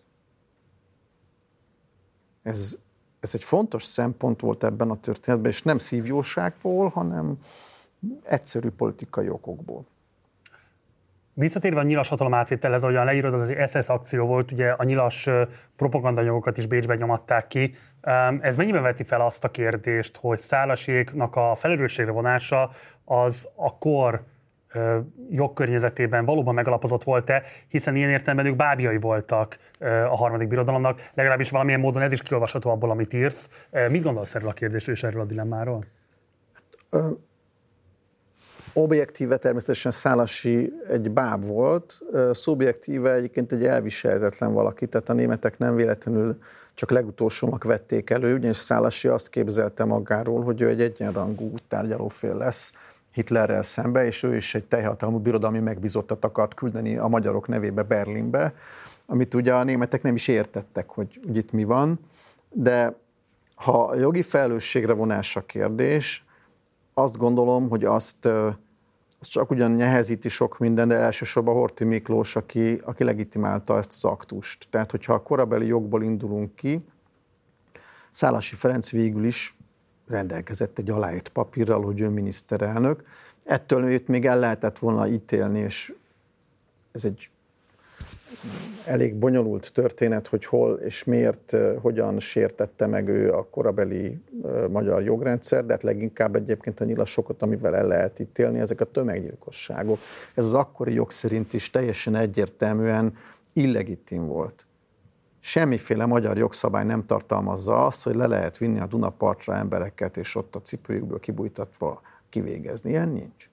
Speaker 2: Ez, ez egy fontos szempont volt ebben a történetben, és nem szívjóságból, hanem egyszerű politikai okokból.
Speaker 1: Visszatérve a nyilas hatalom átvételhez, ahogyan leírod, az egy es es akció volt, ugye a nyilas propagandanyagokat is Bécsben nyomatták ki. Ez mennyiben veti fel azt a kérdést, hogy Szálaséknak a felelősségre vonása az a kor jogkörnyezetében valóban megalapozott volt-e, hiszen ilyen értelemben ők bábjai voltak a harmadik birodalomnak, legalábbis valamilyen módon ez is kiolvasható abból, amit írsz. Mit gondolsz erről a kérdésről és erről a dilemmáról?
Speaker 2: Ö, objektíve természetesen Szálasi egy báb volt, szubjektíve egyébként egy elviselhetetlen valaki, tehát a németek nem véletlenül csak legutolsónak vették elő, ugyanis Szálasi azt képzelte magáról, hogy ő egy egyenrangú tárgyalófél lesz Hitlerrel szembe, és ő is egy teljhatalmú birodalmi megbízottat akart küldeni a magyarok nevébe Berlinbe, amit ugye a németek nem is értettek, hogy, hogy itt mi van, de ha a jogi felelősségre vonás a kérdés, azt gondolom, hogy azt, azt csak ugyan nehezíti sok minden, de elsősorban Horthy Miklós, aki, aki legitimálta ezt az aktust. Tehát, hogyha a korabeli jogból indulunk ki, Szálasi Ferenc végül is rendelkezett egy aláírt papírral, hogy ő miniszterelnök. Ettől őt még el lehetett volna ítélni, és ez egy elég bonyolult történet, hogy hol és miért, hogyan sértette meg ő a korabeli magyar jogrendszer, de hát leginkább egyébként a nyilasokat, amivel el lehet ítélni, ezek a tömeggyilkosságok. Ez az akkori jog szerint is teljesen egyértelműen illegitim volt. Semmiféle magyar jogszabály nem tartalmazza azt, hogy le lehet vinni a Dunapartra embereket, és ott a cipőjükből kibújtatva kivégezni. Ilyen nincs.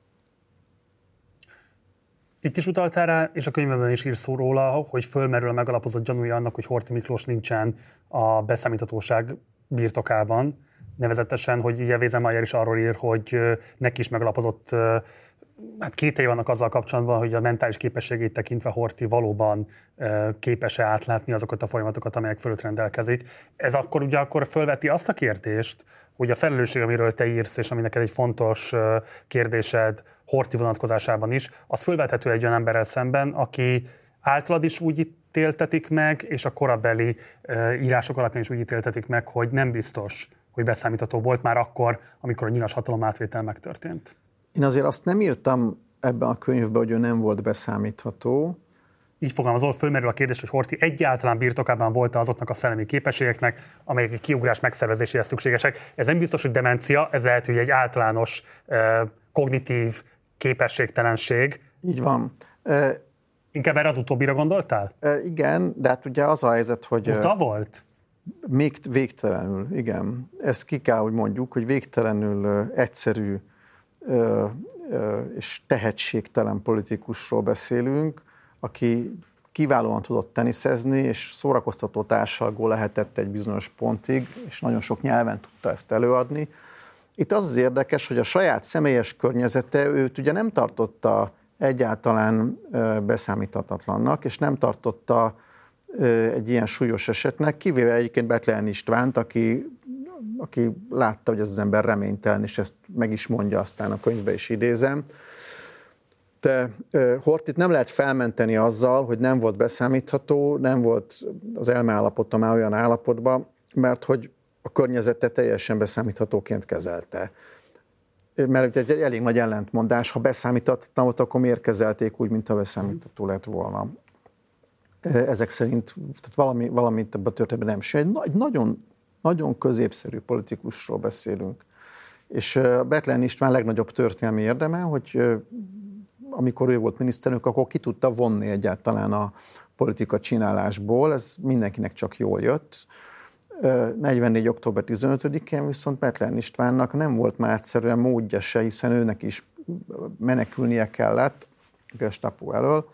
Speaker 1: Itt is utaltál rá, és a könyvben is írsz róla, hogy fölmerül a megalapozott gyanúja annak, hogy Horthy Miklós nincsen a beszámíthatóság birtokában. Nevezetesen, hogy ugye Wiesenmayer is arról ír, hogy neki is megalapozott, hát kételyei vannak azzal kapcsolatban, hogy a mentális képességét tekintve Horthy valóban képes-e átlátni azokat a folyamatokat, amelyek fölött rendelkezik. Ez akkor ugye akkor fölveti azt a kérdést, hogy a felelősség, amiről te írsz, és ami neked egy fontos kérdésed Horthy vonatkozásában is, az fölvethető egy olyan emberrel szemben, aki általad is úgy ítéltetik meg, és a korabeli írások alapján is úgy ítéltetik meg, hogy nem biztos, hogy beszámítható volt már akkor, amikor a nyilas hatalom átvétel megtörtént.
Speaker 2: Én azért azt nem írtam ebben a könyvben, hogy ő nem volt beszámítható.
Speaker 1: Így fogalmazol, fölmerül a kérdés, hogy Horthy egyáltalán birtokában volt azoknak a szellemi képességeknek, amelyek egy kiugrás megszervezéséhez szükségesek. Ez nem biztos, hogy demencia, ez lehet, hogy egy általános eh, kognitív képességtelenség.
Speaker 2: Így van.
Speaker 1: E, Inkább erre az utóbbira gondoltál?
Speaker 2: E, igen, de hát ugye az a helyzet, hogy...
Speaker 1: Uta volt?
Speaker 2: Még végtelenül, igen. Ezt ki kell, hogy mondjuk, hogy végtelenül egyszerű és tehetségtelen politikusról beszélünk, aki kiválóan tudott teniszezni, és szórakoztató társalgó lehetett egy bizonyos pontig, és nagyon sok nyelven tudta ezt előadni. Itt az az érdekes, hogy a saját személyes környezete őt ugye nem tartotta egyáltalán beszámíthatatlannak, és nem tartotta egy ilyen súlyos esetnek, kivéve egyébként Bethlen Istvánt, aki, aki látta, hogy ez az ember reménytelen, és ezt meg is mondja, aztán a könyvbe is idézem. De Horthyt nem lehet felmenteni azzal, hogy nem volt beszámítható, nem volt az elmeállapota már olyan állapotban, mert hogy a környezete teljesen beszámíthatóként kezelte. Mert egy elég nagy ellentmondás, ha beszámíthatatlan volt, akkor miért kezelték úgy, mintha beszámítható lett volna. Ezek szerint tehát valami, valamit ebben a történetben nem sem. Egy, egy nagyon, nagyon középszerű politikusról beszélünk. És Bethlen István legnagyobb történelmi érdeme, hogy amikor ő volt miniszterelnök, akkor ki tudta vonni egyáltalán a politika csinálásból, ez mindenkinek csak jól jött. negyvennégy október tizenötödikén viszont Bethlen Istvánnak nem volt már egyszerűen módja se, hiszen őnek is menekülnie kellett Gestapo elől.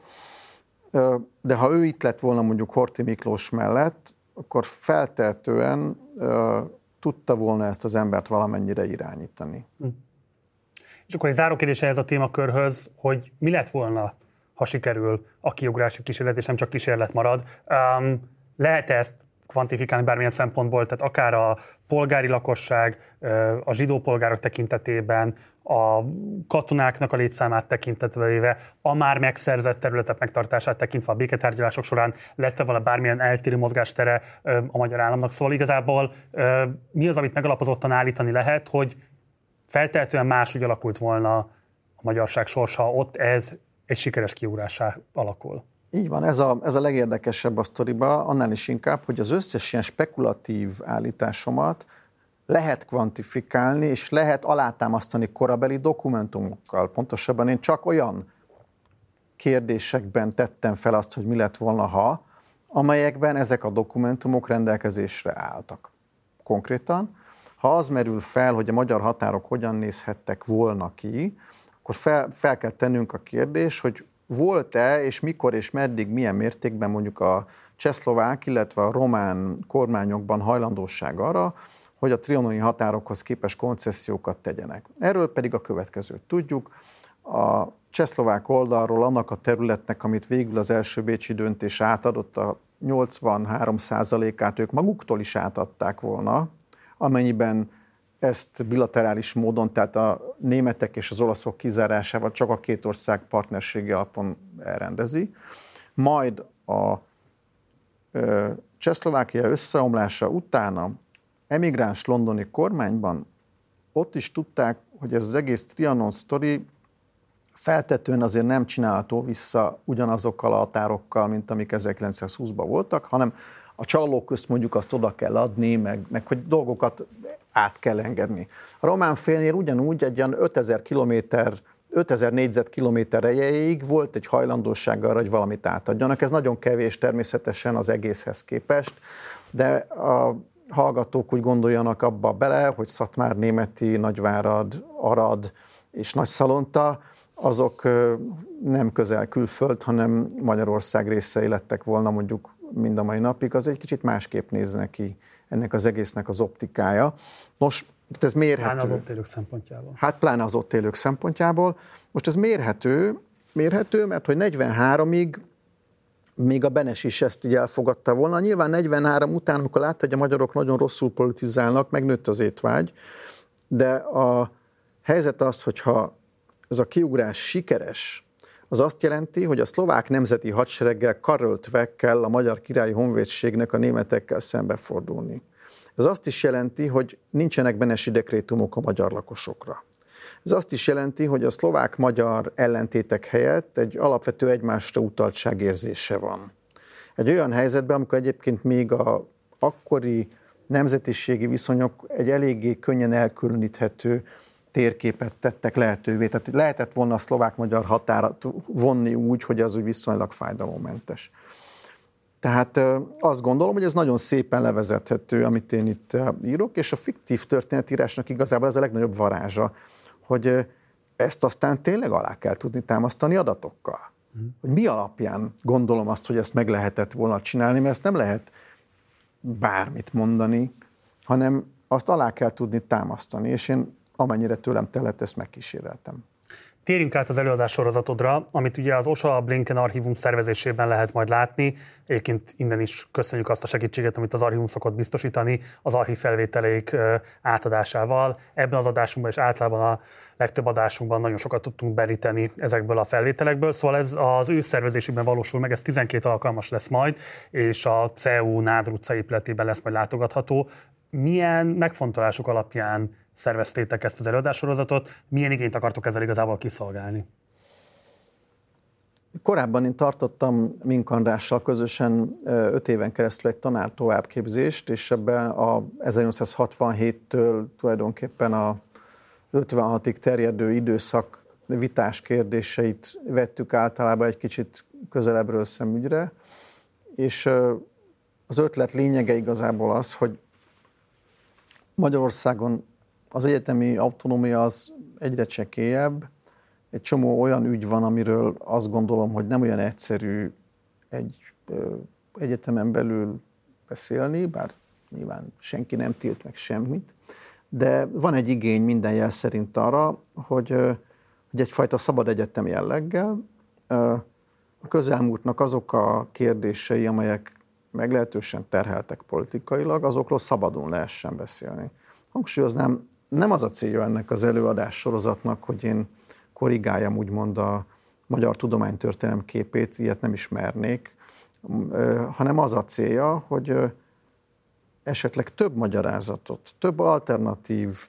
Speaker 2: De ha ő itt lett volna mondjuk Horthy Miklós mellett, akkor feltehetően tudta volna ezt az embert valamennyire irányítani. Hm.
Speaker 1: És akkor egy záró kérdés ehhez a témakörhöz, hogy mi lett volna, ha sikerül a kiugrási kísérlet, és nem csak kísérlet marad. Um, lehet-e ezt kvantifikálni bármilyen szempontból, tehát akár a polgári lakosság, a zsidó polgárok tekintetében, a katonáknak a létszámát tekintetve véve, a már megszerzett területek megtartását tekintve a béketárgyalások során lett-e volna bármilyen eltérő mozgástere a magyar államnak. Szóval igazából mi az, amit megalapozottan állítani lehet, hogy feltehetően máshogy alakult volna a magyarság sorsa, ha ott ez egy sikeres kiugrásá alakul.
Speaker 2: Így van, ez a, ez a legérdekesebb a sztoriba, annál is inkább, hogy az összes ilyen spekulatív állításomat lehet kvantifikálni, és lehet alátámasztani korabeli dokumentumokkal. Pontosabban én csak olyan kérdésekben tettem fel azt, hogy mi lett volna, ha, amelyekben ezek a dokumentumok rendelkezésre álltak. Konkrétan, ha az merül fel, hogy a magyar határok hogyan nézhettek volna ki, akkor fel, fel kell tennünk a kérdés, hogy volt-e, és mikor és meddig, milyen mértékben mondjuk a csehszlovák, illetve a román kormányokban hajlandóság arra, hogy a trianoni határokhoz képes koncesziókat tegyenek. Erről pedig a következőt tudjuk. A csehszlovák oldalról annak a területnek, amit végül az első bécsi döntés átadott, a nyolcvanhárom százalékát ők maguktól is átadták volna, amennyiben ezt bilaterális módon, tehát a németek és az olaszok kizárásával csak a két ország partnerségi alapon elrendezi. Majd a ö, Csehszlovákia összeomlása utána emigráns londoni kormányban ott is tudták, hogy ez az egész Trianon sztori feltetően azért nem csinálható vissza ugyanazokkal a határokkal, mint amik ezerkilencszázhúszban voltak, hanem a csalók közt mondjuk azt oda kell adni, meg, meg hogy dolgokat át kell engedni. A román félnél ugyanúgy egy olyan ötezer kilométer, ötezer négyzetkilométer erejéig volt egy hajlandóság arra, hogy valamit átadjanak. Ez nagyon kevés természetesen az egészhez képest, de a hallgatók úgy gondoljanak abba bele, hogy Szatmár Németi, Nagyvárad, Arad és Nagyszalonta, azok nem közel külföld, hanem Magyarország részei lettek volna mondjuk mind a mai napig, az egy kicsit másképp néz neki ennek az egésznek az optikája. Nos, ez mérhető.
Speaker 1: Pláne az ott élők szempontjából.
Speaker 2: Hát pláne az ott élők szempontjából. Most ez mérhető, mérhető, mert hogy negyvenháromig még a Benes is ezt így elfogadta volna. Nyilván negyvenhárom után, amikor látta, hogy a magyarok nagyon rosszul politizálnak, megnőtt az étvágy, de a helyzet az, hogyha ez a kiugrás sikeres, az azt jelenti, hogy a szlovák nemzeti hadsereggel karöltve kell a magyar királyi honvédségnek a németekkel szembefordulni. Ez azt is jelenti, hogy nincsenek benesi dekrétumok a magyar lakosokra. Ez azt is jelenti, hogy a szlovák-magyar ellentétek helyett egy alapvető egymásra utaltság érzése van. Egy olyan helyzetben, amikor egyébként még a akkori nemzetiségi viszonyok egy eléggé könnyen elkülöníthető térképet tettek lehetővé. Tehát lehetett volna a szlovák-magyar határat vonni úgy, hogy az úgy viszonylag fájdalommentes. Tehát azt gondolom, hogy ez nagyon szépen levezethető, amit én itt írok, és a fiktív történetírásnak igazából ez a legnagyobb varázsa, hogy ezt aztán tényleg alá kell tudni támasztani adatokkal. Hogy mi alapján gondolom azt, hogy ezt meg lehetett volna csinálni, mert ezt nem lehet bármit mondani, hanem azt alá kell tudni támasztani, és én amennyire tőlem telett, ezt megkíséreltem.
Speaker 1: Térjünk át az előadás sorozatodra, amit ugye az o es á Blinken archívum szervezésében lehet majd látni. Egyébként innen is köszönjük azt a segítséget, amit az archívum szokott biztosítani az archív felvételék átadásával. Ebben az adásunkban és általában a legtöbb adásunkban nagyon sokat tudtunk beríteni ezekből a felvételekből. Szóval ez az ő szervezésében valósul meg, ez tizenkét alkalmas lesz majd, és a cé e u Nádor utca épületében lesz majd látogatható. Milyen megfontolások alapján szerveztétek ezt az előadássorozatot, milyen igényt akartok ezzel igazából kiszolgálni?
Speaker 2: Korábban én tartottam Mink Andrással közösen öt éven keresztül egy tanár továbbképzést, és ebben a ezernyolcszázhatvanhéttől tulajdonképpen a ötvenhatig terjedő időszak vitás kérdéseit vettük általában egy kicsit közelebbről szemügyre, és az ötlet lényege igazából az, hogy Magyarországon az egyetemi autonómia az egyre csekélyebb. Egy csomó olyan ügy van, amiről azt gondolom, hogy nem olyan egyszerű egy ö, egyetemen belül beszélni, bár nyilván senki nem tilt meg semmit, de van egy igény minden jel szerint arra, hogy, ö, hogy egyfajta szabad egyetem jelleggel ö, a közelmúltnak azok a kérdései, amelyek meglehetősen terheltek politikailag, azokról szabadon lehessen beszélni. Hangsúlyoznám, nem az a célja ennek az előadás sorozatnak, hogy én korrigáljam úgymond a magyar tudománytörténelem képét, ilyet nem ismernék, hanem az a célja, hogy esetleg több magyarázatot, több alternatív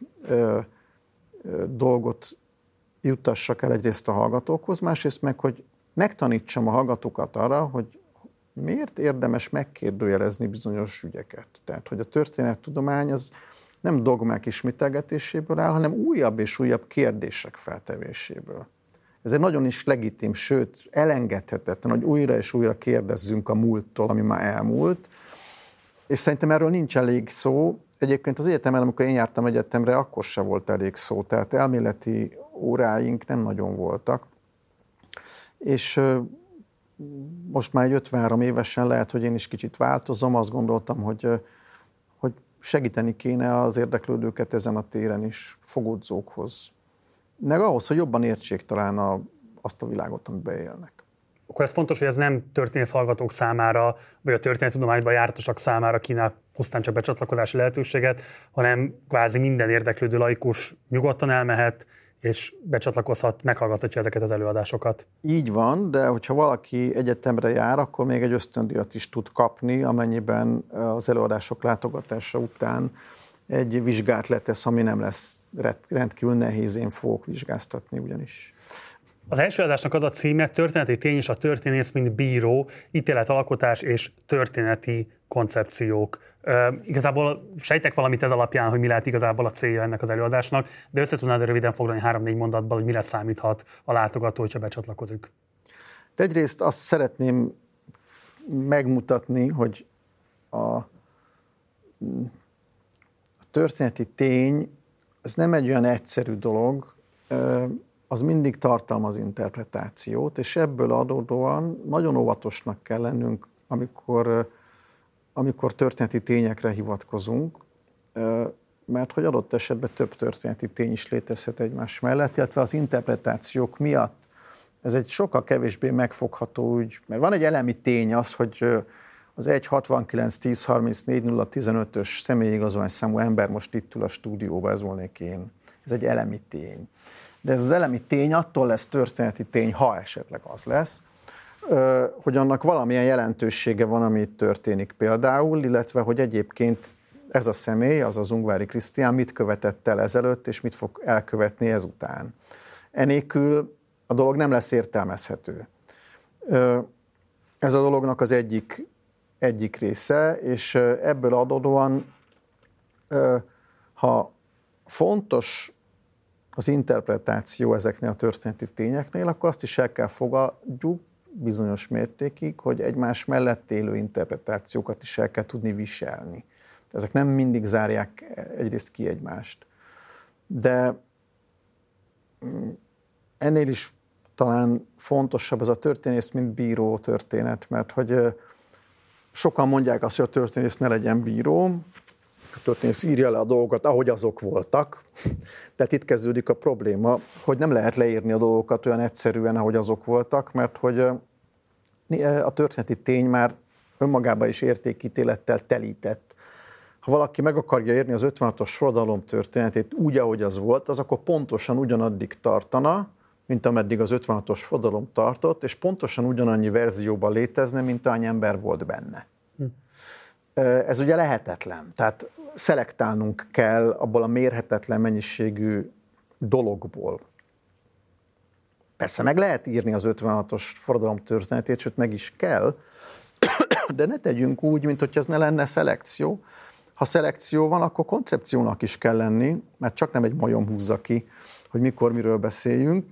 Speaker 2: dolgot juttassak el egyrészt a hallgatókhoz, másrészt meg, hogy megtanítsam a hallgatókat arra, hogy miért érdemes megkérdőjelezni bizonyos ügyeket. Tehát, hogy a történettudomány az nem dogmák ismételgetéséből áll, hanem újabb és újabb kérdések feltevéséből. Ez egy nagyon is legitim, sőt elengedhetetlen, hogy újra és újra kérdezzünk a múlttól, ami már elmúlt. És szerintem erről nincs elég szó. Egyébként az egyetemen, amikor én jártam egyetemre, akkor se volt elég szó, tehát elméleti óráink nem nagyon voltak. És most már egy ötvenhárom évesen lehet, hogy én is kicsit változom, azt gondoltam, hogy, hogy segíteni kéne az érdeklődőket ezen a téren is, fogodzókhoz. Meg ahhoz, hogy jobban értsék talán a, azt a világot, amiben élnek.
Speaker 1: Akkor ez fontos, hogy ez nem történész hallgatók számára, vagy a történettudományban jártasak számára kínál pusztán csak becsatlakozási lehetőséget, hanem kvázi minden érdeklődő laikus nyugodtan elmehet, és becsatlakozhat, meghallgathatja ezeket az előadásokat.
Speaker 2: Így van, de hogyha valaki egyetemre jár, akkor még egy ösztöndíjat is tud kapni, amennyiben az előadások látogatása után egy vizsgát letesz, ami nem lesz rendkívül nehéz, én fogok vizsgáztatni ugyanis.
Speaker 1: Az első adásnak az a címe Történeti tény és a történész, mint bíró, ítéletalkotás és történeti koncepciók. Uh, igazából sejtek valamit ez alapján, hogy mi lehet igazából a célja ennek az előadásnak, de össze tudnád röviden foglalni három-négy mondatban, hogy mire számíthat a látogató, hogyha becsatlakozik.
Speaker 2: De egyrészt azt szeretném megmutatni, hogy a, a történeti tény, ez nem egy olyan egyszerű dolog, az mindig tartalmaz interpretációt, és ebből adódóan nagyon óvatosnak kell lennünk, amikor amikor történeti tényekre hivatkozunk, mert hogy adott esetben több történeti tény is létezhet egymás mellett, illetve az interpretációk miatt ez egy sokkal kevésbé megfogható ügy, mert van egy elemi tény az, hogy az egy hatvankilenc tíz harmincnégy nulla tizenötös személyigazolványszámú ember most itt ül a stúdióban, ez volnék én. Ez egy elemi tény. De ez az elemi tény attól lesz történeti tény, ha esetleg az lesz, hogy annak valamilyen jelentősége van, ami itt történik például, illetve hogy egyébként ez a személy, az az Ungvári Krisztián mit követett el ezelőtt, és mit fog elkövetni ezután. Enélkül a dolog nem lesz értelmezhető. Ez a dolognak az egyik, egyik része, és ebből adódóan, ha fontos az interpretáció ezeknél a történeti tényeknél, akkor azt is el kell fogadjuk bizonyos mértékig, hogy egymás mellett élő interpretációkat is el kell tudni viselni. Ezek nem mindig zárják egyrészt ki egymást. De ennél is talán fontosabb ez a történész, mint bíró történet, mert hogy sokan mondják azt, hogy a történész ne legyen bíró, a történész írja le a dolgokat, ahogy azok voltak, de itt kezdődik a probléma, hogy nem lehet leírni a dolgokat olyan egyszerűen, ahogy azok voltak, mert hogy a történeti tény már önmagában is értékítélettel telített. Ha valaki meg akarja érni az ötvenhatos forradalom történetét úgy, ahogy az volt, az akkor pontosan ugyanaddig tartana, mint ameddig az ötvenhatos forradalom tartott, és pontosan ugyanannyi verzióban létezne, mint annyi ember volt benne. Hm. Ez ugye lehetetlen. Tehát szelektálnunk kell abból a mérhetetlen mennyiségű dologból. Persze meg lehet írni az ötvenhatos forradalom történetét, sőt meg is kell, de ne tegyünk úgy, mint hogy ez ne lenne szelekció. Ha szelekció van, akkor koncepciónak is kell lenni, mert csak nem egy majom húzza ki, hogy mikor miről beszéljünk.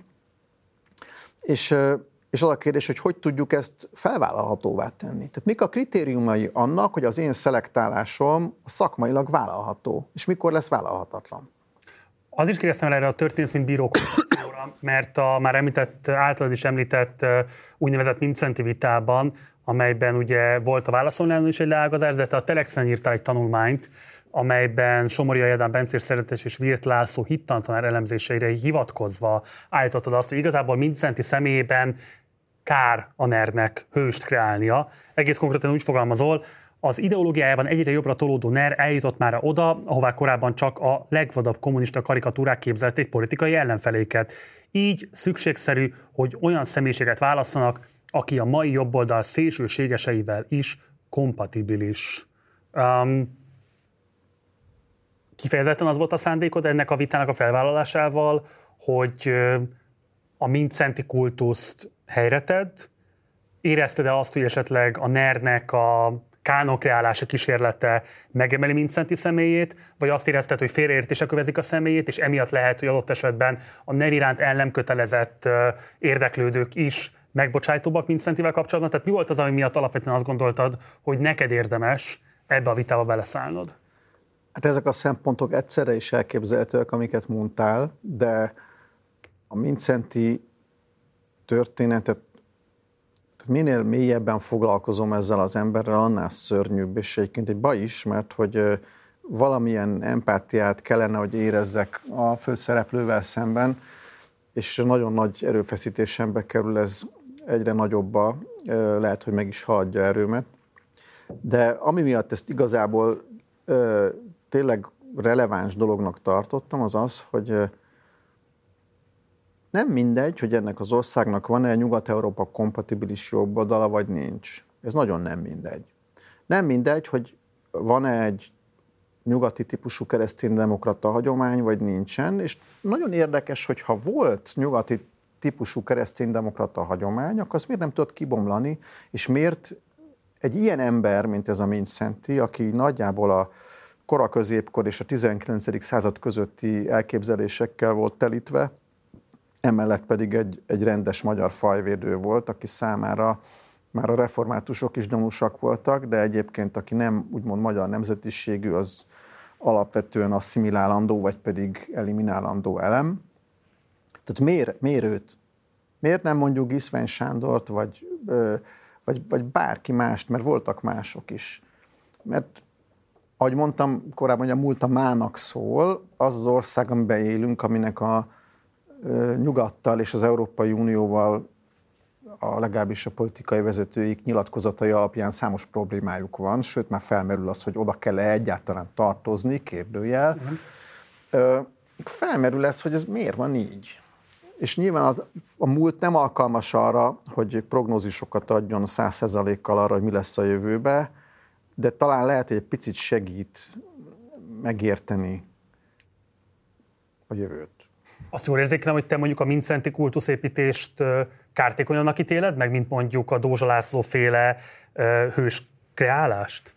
Speaker 2: És, és az a kérdés, hogy hogy tudjuk ezt felvállalhatóvá tenni. Tehát mik a kritériumai annak, hogy az én szelektálásom szakmailag vállalható, és mikor lesz vállalhatatlan?
Speaker 1: Az is kérdeztem erre a történész, mint bíró koncepcióra, mert a már említett, általad is említett úgynevezett Mindszenty vitában, amelyben ugye volt a válaszolnálón is egy leágazás, de te a Telexen írtál egy tanulmányt, amelyben Somorjai Ádám, Bencés Szeretes és Wirth László hittantanár elemzéseire hivatkozva állítottad azt, hogy igazából Mindszenty személyében kár a NER-nek hőst kreálnia. Egész konkrétan úgy fogalmazol, az ideológiájában egyre jobbra tolódó NER eljutott már oda, ahová korábban csak a legvadabb kommunista karikatúrák képzelték politikai ellenfeléket. Így szükségszerű, hogy olyan személyiséget válasszanak, aki a mai jobboldal szélsőségeseivel is kompatibilis. Um, kifejezetten az volt a szándékod ennek a vitának a felvállalásával, hogy a Mindszenty kultuszt helyre tedd? Érezted-e azt, hogy esetleg a NER-nek a kánonreálása kísérlete megemeli Mindszenty személyét, vagy azt érezted, hogy félreértések övezik a személyét, és emiatt lehet, hogy adott esetben a NER iránt el nem kötelezett érdeklődők is megbocsájtóbbak Mindszentyvel kapcsolatban? Tehát mi volt az, ami miatt alapvetően azt gondoltad, hogy neked érdemes ebbe a vitába beleszállnod?
Speaker 2: Hát ezek a szempontok egyszerre is elképzelhetőek, amiket mondtál, de a Mindszenty történetet, tehát minél mélyebben foglalkozom ezzel az emberrel, annál szörnyűbb, és egyébként egy baj is, mert hogy valamilyen empátiát kellene, hogy érezzek a főszereplővel szemben, és nagyon nagy erőfeszítésembe kerül ez egyre nagyobba, lehet, hogy meg is haladja erőmet. De ami miatt ezt igazából tényleg releváns dolognak tartottam, az az, hogy nem mindegy, hogy ennek az országnak van-e Nyugat-Európa kompatibilis jobboldala, vagy nincs. Ez nagyon nem mindegy. Nem mindegy, hogy van-e egy nyugati típusú kereszténydemokrata hagyomány, vagy nincsen, és nagyon érdekes, hogy ha volt nyugati típusú kereszténydemokrata hagyomány, akkor azt miért nem tudott kibomlani, és miért egy ilyen ember, mint ez a Mindszenty, aki nagyjából a kora középkor és a tizenkilencedik század közötti elképzelésekkel volt telítve, emellett pedig egy, egy rendes magyar fajvédő volt, aki számára már a reformátusok is gyanúsak voltak, de egyébként aki nem úgymond magyar nemzetiségű, az alapvetően asszimilálandó, vagy pedig eliminálandó elem. Tehát miért, miért őt? Miért nem mondjuk Iszvány Sándort, vagy, vagy, vagy bárki mást, mert voltak mások is. Mert ahogy mondtam korábban, hogy a múlt a mának szól, az az ország, amiben élünk, aminek a Nyugattal és az Európai Unióval a legalábbis a politikai vezetőik nyilatkozatai alapján számos problémájuk van, sőt már felmerül az, hogy oda kell-e egyáltalán tartozni, kérdőjel. Uh-huh. Felmerül ez, hogy ez miért van így. És nyilván a, a múlt nem alkalmas arra, hogy prognózisokat adjon száz százalékkal arra, hogy mi lesz a jövőbe, de talán lehet, hogy egy picit segít megérteni a jövőt.
Speaker 1: Azt jól érzékelem, hogy te mondjuk a Mindszenty kultuszépítést kártékonyanak ítéled, meg mint mondjuk a Dózsa László féle hős kreálást?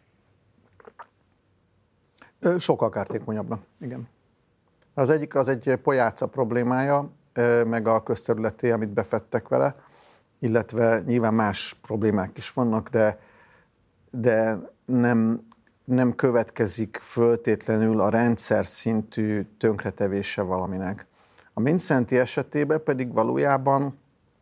Speaker 2: Sokkal kártékonyabbnak, igen. Az egyik az egy pojáca problémája, meg a közterületé, amit befettek vele, illetve nyilván más problémák is vannak, de, de nem, nem következik föltétlenül a rendszer szintű tönkretevése valaminek. A Mindszenty esetében pedig valójában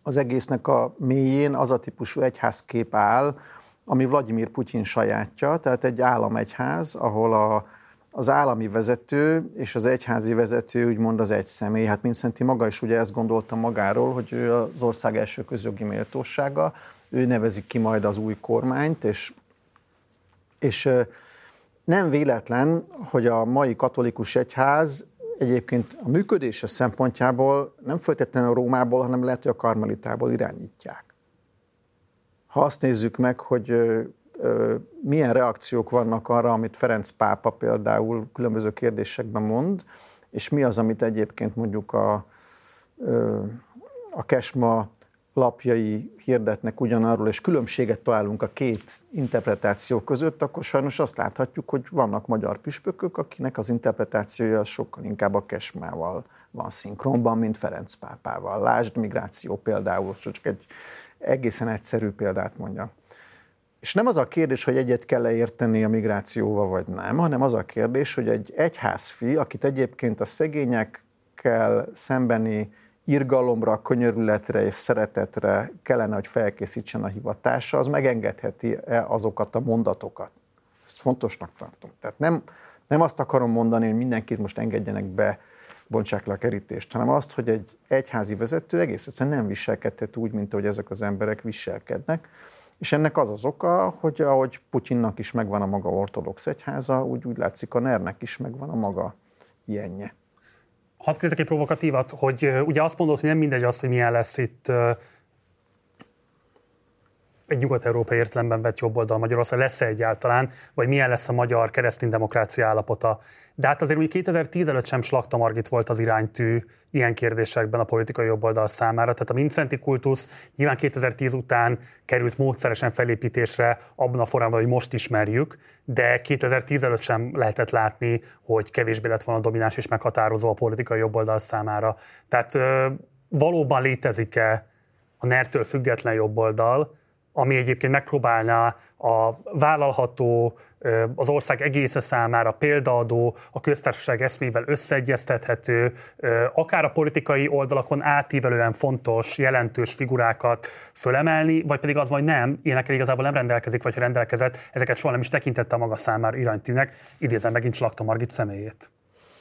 Speaker 2: az egésznek a mélyén az a típusú egyházkép áll, ami Vladimir Putyin sajátja, tehát egy államegyház, ahol a, az állami vezető és az egyházi vezető úgymond az egy személy. Hát Mindszenty maga is ugye ezt gondolta magáról, hogy ő az ország első közjogi méltósága, ő nevezi ki majd az új kormányt, és, és nem véletlen, hogy a mai katolikus egyház egyébként a működése szempontjából nem feltétlenül Rómából, hanem lehet, hogy a karmelitából irányítják. Ha azt nézzük meg, hogy ö, ö, milyen reakciók vannak arra, amit Ferenc pápa például különböző kérdésekben mond, és mi az, amit egyébként mondjuk a, ö, a Kesma lapjai hirdetnek ugyanarról, és különbséget találunk a két interpretáció között, akkor sajnos azt láthatjuk, hogy vannak magyar püspökök, akinek az interpretációja sokkal inkább a Kesmával van szinkronban, mint Ferenc pápával. Lásd migráció például, csak egy egészen egyszerű példát mondja. És nem az a kérdés, hogy egyet kell-e érteni a migrációval, vagy nem, hanem az a kérdés, hogy egy egyházfi, akit egyébként a szegényekkel szembeni irgalomra, könyörületre és szeretetre kellene, hogy felkészítsen a hivatása, az megengedheti-e azokat a mondatokat. Ezt fontosnak tartom. Tehát nem, nem azt akarom mondani, hogy mindenkit most engedjenek be, bontsák le a kerítést, hanem azt, hogy egy egyházi vezető egész egyszerűen nem viselkedhet úgy, mint ahogy ezek az emberek viselkednek. És ennek az az oka, hogy ahogy Putyinnak is megvan a maga ortodox egyháza, úgy, úgy látszik a nernek is megvan a maga ilyenje.
Speaker 1: Hadd kérdezek egy provokatívat, hogy uh, ugye azt mondod, hogy nem mindegy az, hogy milyen lesz itt uh, egy nyugat-európai értelemben vett jobboldal Magyarország, lesz-e egyáltalán, vagy milyen lesz a magyar keresztény demokrácia állapota. De hát azért úgy kétezer-tíz előtt sem Slakta Margit volt az iránytű ilyen kérdésekben a politikai jobboldal számára. Tehát a Mindszenty kultusz nyilván kétezer-tíz után került módszeresen felépítésre abban a formában, hogy most ismerjük, de kétezer-tíz előtt sem lehetett látni, hogy kevésbé lett volna domináns és meghatározó a politikai jobboldal számára. Tehát valóban létezik-e a nertől független jobboldal, ami egyébként megpróbálná a vállalható, az ország egésze számára példaadó, a köztársaság eszmével összeegyeztethető, akár a politikai oldalakon átívelően fontos, jelentős figurákat fölemelni, vagy pedig az, vagy nem, ilyenekkel igazából nem rendelkezik, vagy ha rendelkezett, ezeket soha nem is tekintette a maga számára iránytűnek, idézem megint Slakta Margit személyét.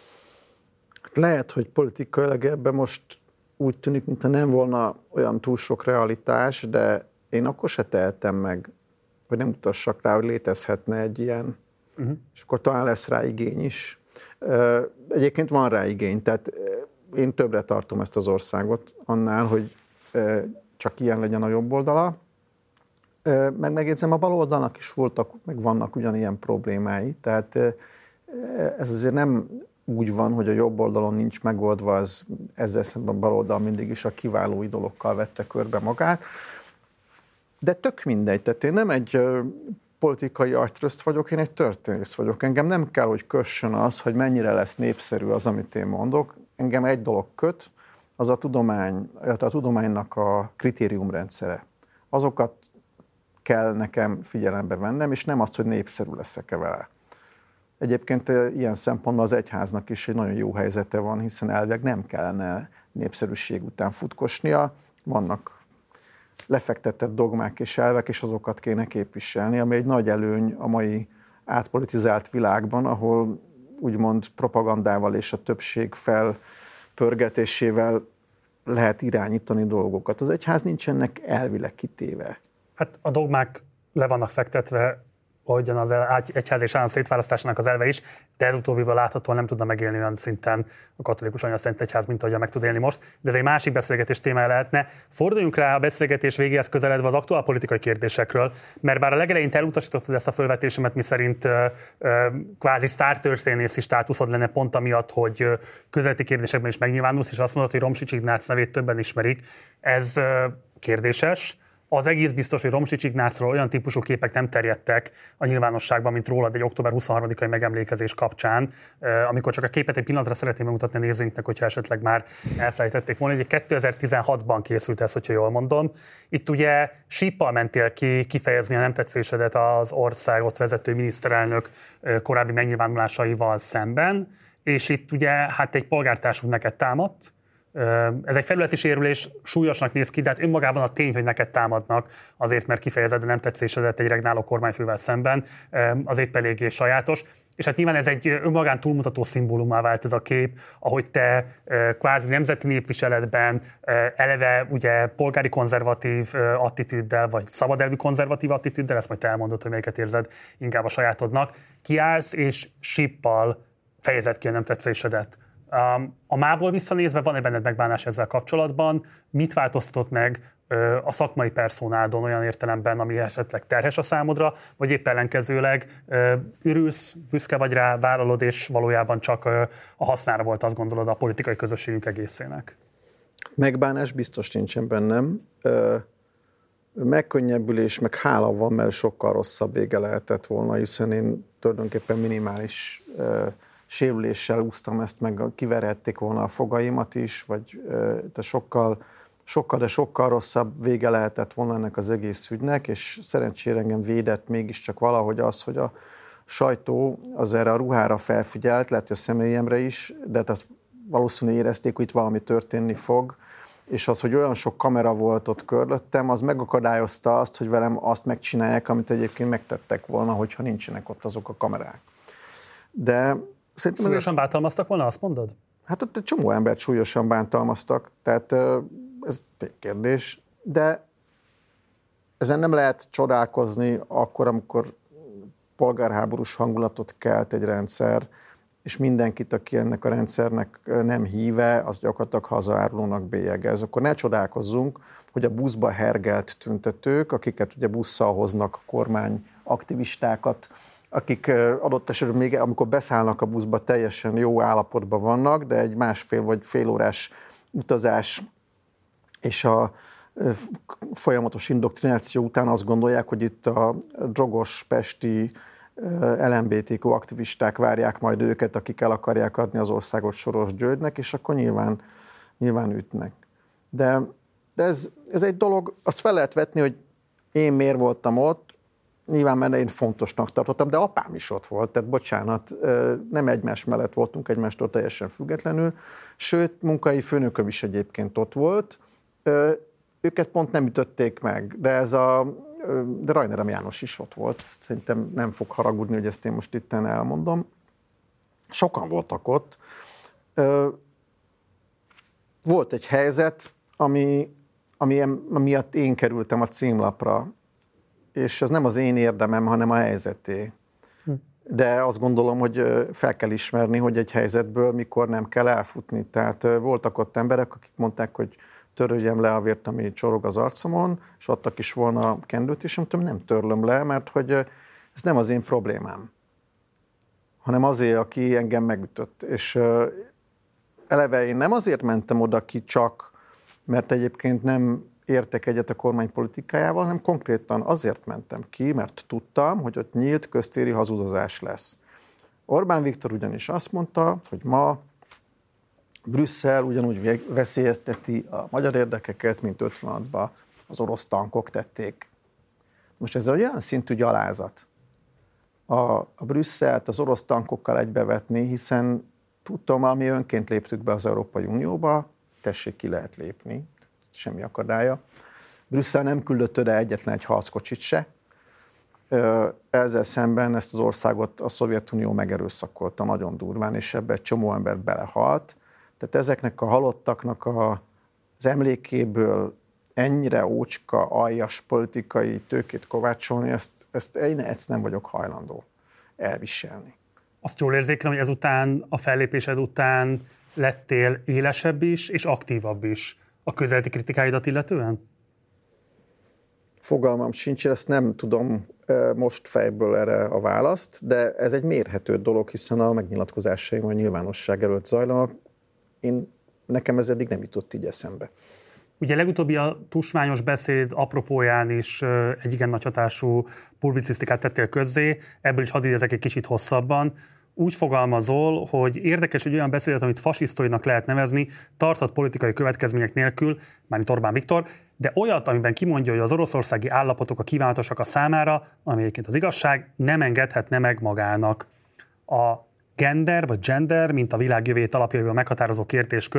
Speaker 2: Lehet, hogy politikailag ebben most úgy tűnik, mintha nem volna olyan túl sok realitás, de én akkor se tehetem meg, hogy nem mutassak rá, hogy létezhetne egy ilyen, uh-huh. és akkor talán lesz rá igény is. Egyébként van rá igény, tehát én többre tartom ezt az országot annál, hogy csak ilyen legyen a jobb oldala. Meg megjegyzem, a bal oldalnak is voltak, meg vannak ugyanilyen problémái, tehát ez azért nem úgy van, hogy a jobb oldalon nincs megoldva, az ezzel szemben a bal oldal mindig is a kiváló idolokkal vette körbe magát. De tök mindegy, tehát én nem egy politikai agytröszt vagyok, én egy történész vagyok. Engem nem kell, hogy kössön az, hogy mennyire lesz népszerű az, amit én mondok. Engem egy dolog köt, az a tudomány, illetve a tudománynak a kritériumrendszere. Azokat kell nekem figyelembe vennem, és nem azt, hogy népszerű leszek-e vele. Egyébként ilyen szempontból az egyháznak is egy nagyon jó helyzete van, hiszen elvileg nem kellene népszerűség után futkosnia, vannak lefektetett dogmák és elvek, és azokat kéne képviselni, ami egy nagy előny a mai átpolitizált világban, ahol úgymond propagandával és a többség felpörgetésével lehet irányítani dolgokat. Az egyház nincs ennek elvileg kitéve.
Speaker 1: Hát a dogmák le vannak fektetve, ahogyan az egyház és állam szétválasztásának az elve is, de ez utóbbiban láthatóan nem tudna megélni olyan szinten a katolikus anyaszent egyház, mint ahogyan meg tud élni most. De ez egy másik beszélgetés témája lehetne. Forduljunk rá a beszélgetés végéhez közeledve az aktuál politikai kérdésekről, mert bár a legelején te elutasítottad ezt a fölvetésemet, miszerint uh, uh, kvázi sztártörténészi státuszod lenne pont amiatt, hogy uh, közéleti kérdésekben is megnyilvánulsz, és azt mondod, hogy Romsics Ignác nevét többen ismerik. Ez uh, kérdéses. Az egész biztos, hogy Romsics Ignácról olyan típusú képek nem terjedtek a nyilvánosságban, mint rólad egy október huszonharmadikai megemlékezés kapcsán, amikor csak a képet egy pillanatra szeretném bemutatni a nézőinknek, hogyha esetleg már elfelejtették volna. Ugye kétezer-tizenhatban készült ez, hogyha jól mondom. Itt ugye síppal mentél ki kifejezni a nem tetszésedet az országot vezető miniszterelnök korábbi megnyilvánulásaival szemben, és itt ugye hát egy polgártársunk neked támadt, Ez egy felületi sérülés, súlyosnak néz ki, de hát önmagában a tény, hogy neked támadnak azért, mert kifejezed a nem tetszésedet egy regnáló kormányfővel szemben, az épp eléggé sajátos. És hát nyilván ez egy önmagán túlmutató szimbólumá vált ez a kép, ahogy te kvázi nemzeti népviseletben eleve ugye polgári konzervatív attitűddel, vagy szabadelvű konzervatív attitűddel, ezt majd te elmondod, hogy melyiket érzed inkább a sajátodnak, kiállsz és sippal fejezed ki a nem tetszésedet. A mából visszanézve van-e benned megbánás ezzel kapcsolatban? Mit változtatott meg a szakmai perszonádon olyan értelemben, ami esetleg terhes a számodra, vagy épp ellenkezőleg ürülsz, büszke vagy rá, vállalod, és valójában csak a hasznára volt, azt gondolod, a politikai közösségünk egészének?
Speaker 2: Megbánás biztos nincsen bennem. Megkönnyebbülés, meg hála van, mert sokkal rosszabb vége lehetett volna, hiszen én tulajdonképpen minimális sérüléssel úsztam ezt, meg kiverhették volna a fogaimat is, vagy de sokkal, sokkal, de sokkal rosszabb vége lehetett volna ennek az egész ügynek, és szerencsére engem védett mégiscsak valahogy az, hogy a sajtó az erre a ruhára felfigyelt, lehet, hogy a személyemre is, de hát azt valószínűleg érezték, hogy itt valami történni fog, és az, hogy olyan sok kamera volt ott körülöttem, az megakadályozta azt, hogy velem azt megcsinálják, amit egyébként megtettek volna, hogyha nincsenek ott azok a kamerák. De szerintem
Speaker 1: súlyosan bántalmaztak volna, azt mondod?
Speaker 2: Hát ott egy csomó embert súlyosan bántalmaztak, tehát ez egy kérdés, de ezen nem lehet csodálkozni akkor, amikor polgárháborús hangulatot kelt egy rendszer, és mindenkit, aki ennek a rendszernek nem híve, az gyakorlatilag hazaárulónak bélyegez. Akkor ne csodálkozzunk, hogy a buszba hergelt tüntetők, akiket ugye busszal hoznak a kormány aktivistákat, akik adott esetben még, amikor beszállnak a buszba, teljesen jó állapotban vannak, de egy másfél vagy félórás utazás és a folyamatos indoktrináció után azt gondolják, hogy itt a drogos pesti el em bé té kú aktivisták várják majd őket, akik el akarják adni az országot Soros Györgynek, és akkor nyilván, nyilván ütnek. De, de ez, ez egy dolog, azt fel lehet vetni, hogy én miért voltam ott, nyilván mert én fontosnak tartottam, de apám is ott volt, tehát bocsánat, nem egymás mellett voltunk, egymástól teljesen függetlenül, sőt, munkai főnököm is egyébként ott volt, őket pont nem ütötték meg, de ez a, de Rajnerem János is ott volt, szerintem nem fog haragudni, hogy ezt én most itten elmondom. Sokan voltak ott. Volt egy helyzet, ami, ami miatt én kerültem a címlapra, és ez nem az én érdemem, hanem a helyzeté. De azt gondolom, hogy fel kell ismerni, hogy egy helyzetből mikor nem kell elfutni. Tehát voltak ott emberek, akik mondták, hogy törődjem le a vért, ami csorog az arcomon, és adtak is volna kendőt, és mondtam, nem törlöm le, mert hogy ez nem az én problémám, hanem azért, aki engem megütött. És eleve én nem azért mentem oda ki csak, mert egyébként nem értek egyet a kormány politikájával, hanem konkrétan azért mentem ki, mert tudtam, hogy ott nyílt köztéri hazudozás lesz. Orbán Viktor ugyanis azt mondta, hogy ma Brüsszel ugyanúgy veszélyezteti a magyar érdekeket, mint ötvenhatban az orosz tankok tették. Most ez olyan szintű gyalázat a, a Brüsszelt az orosz tankokkal egybevetni, hiszen tudtam, ami önként léptük be az Európai Unióba, tessék, ki lehet lépni, semmi akadálya. Brüsszel nem küldött oda egyetlen egy harckocsit se. Ezzel szemben ezt az országot a Szovjetunió megerőszakolta nagyon durván, és ebbe egy csomó ember belehalt. Tehát ezeknek a halottaknak a, az emlékéből ennyire ócska, aljas politikai tőkét kovácsolni, ezt, ezt én ezt nem vagyok hajlandó elviselni.
Speaker 1: Azt jól érzékelem, hogy ezután, a fellépésed után lettél élesebb is, és aktívabb is a közeleti kritikáidat illetően?
Speaker 2: Fogalmam sincs, ezt nem tudom most fejből erre a választ, de ez egy mérhető dolog, hiszen a megnyilatkozásaim a nyilvánosság előtt zajlanak. Én, nekem ez eddig nem jutott így eszembe.
Speaker 1: Ugye legutóbbi a tusványos beszéd apropóján is egy igen nagy hatású publicisztikát tettél közzé, ebből is hadd idézek egy kicsit hosszabban. Úgy fogalmazol, hogy érdekes, hogy olyan beszédet, amit fasisztoidnak lehet nevezni, tarthat politikai következmények nélkül, mármint Orbán Viktor, de olyat, amiben kimondja, hogy az oroszországi állapotok a kívánatosak a számára, ami egyébként az igazság, nem engedhetne meg magának. A gender vagy gender, mint a világ jövőjét alapjaiból meghatározó kérdéskör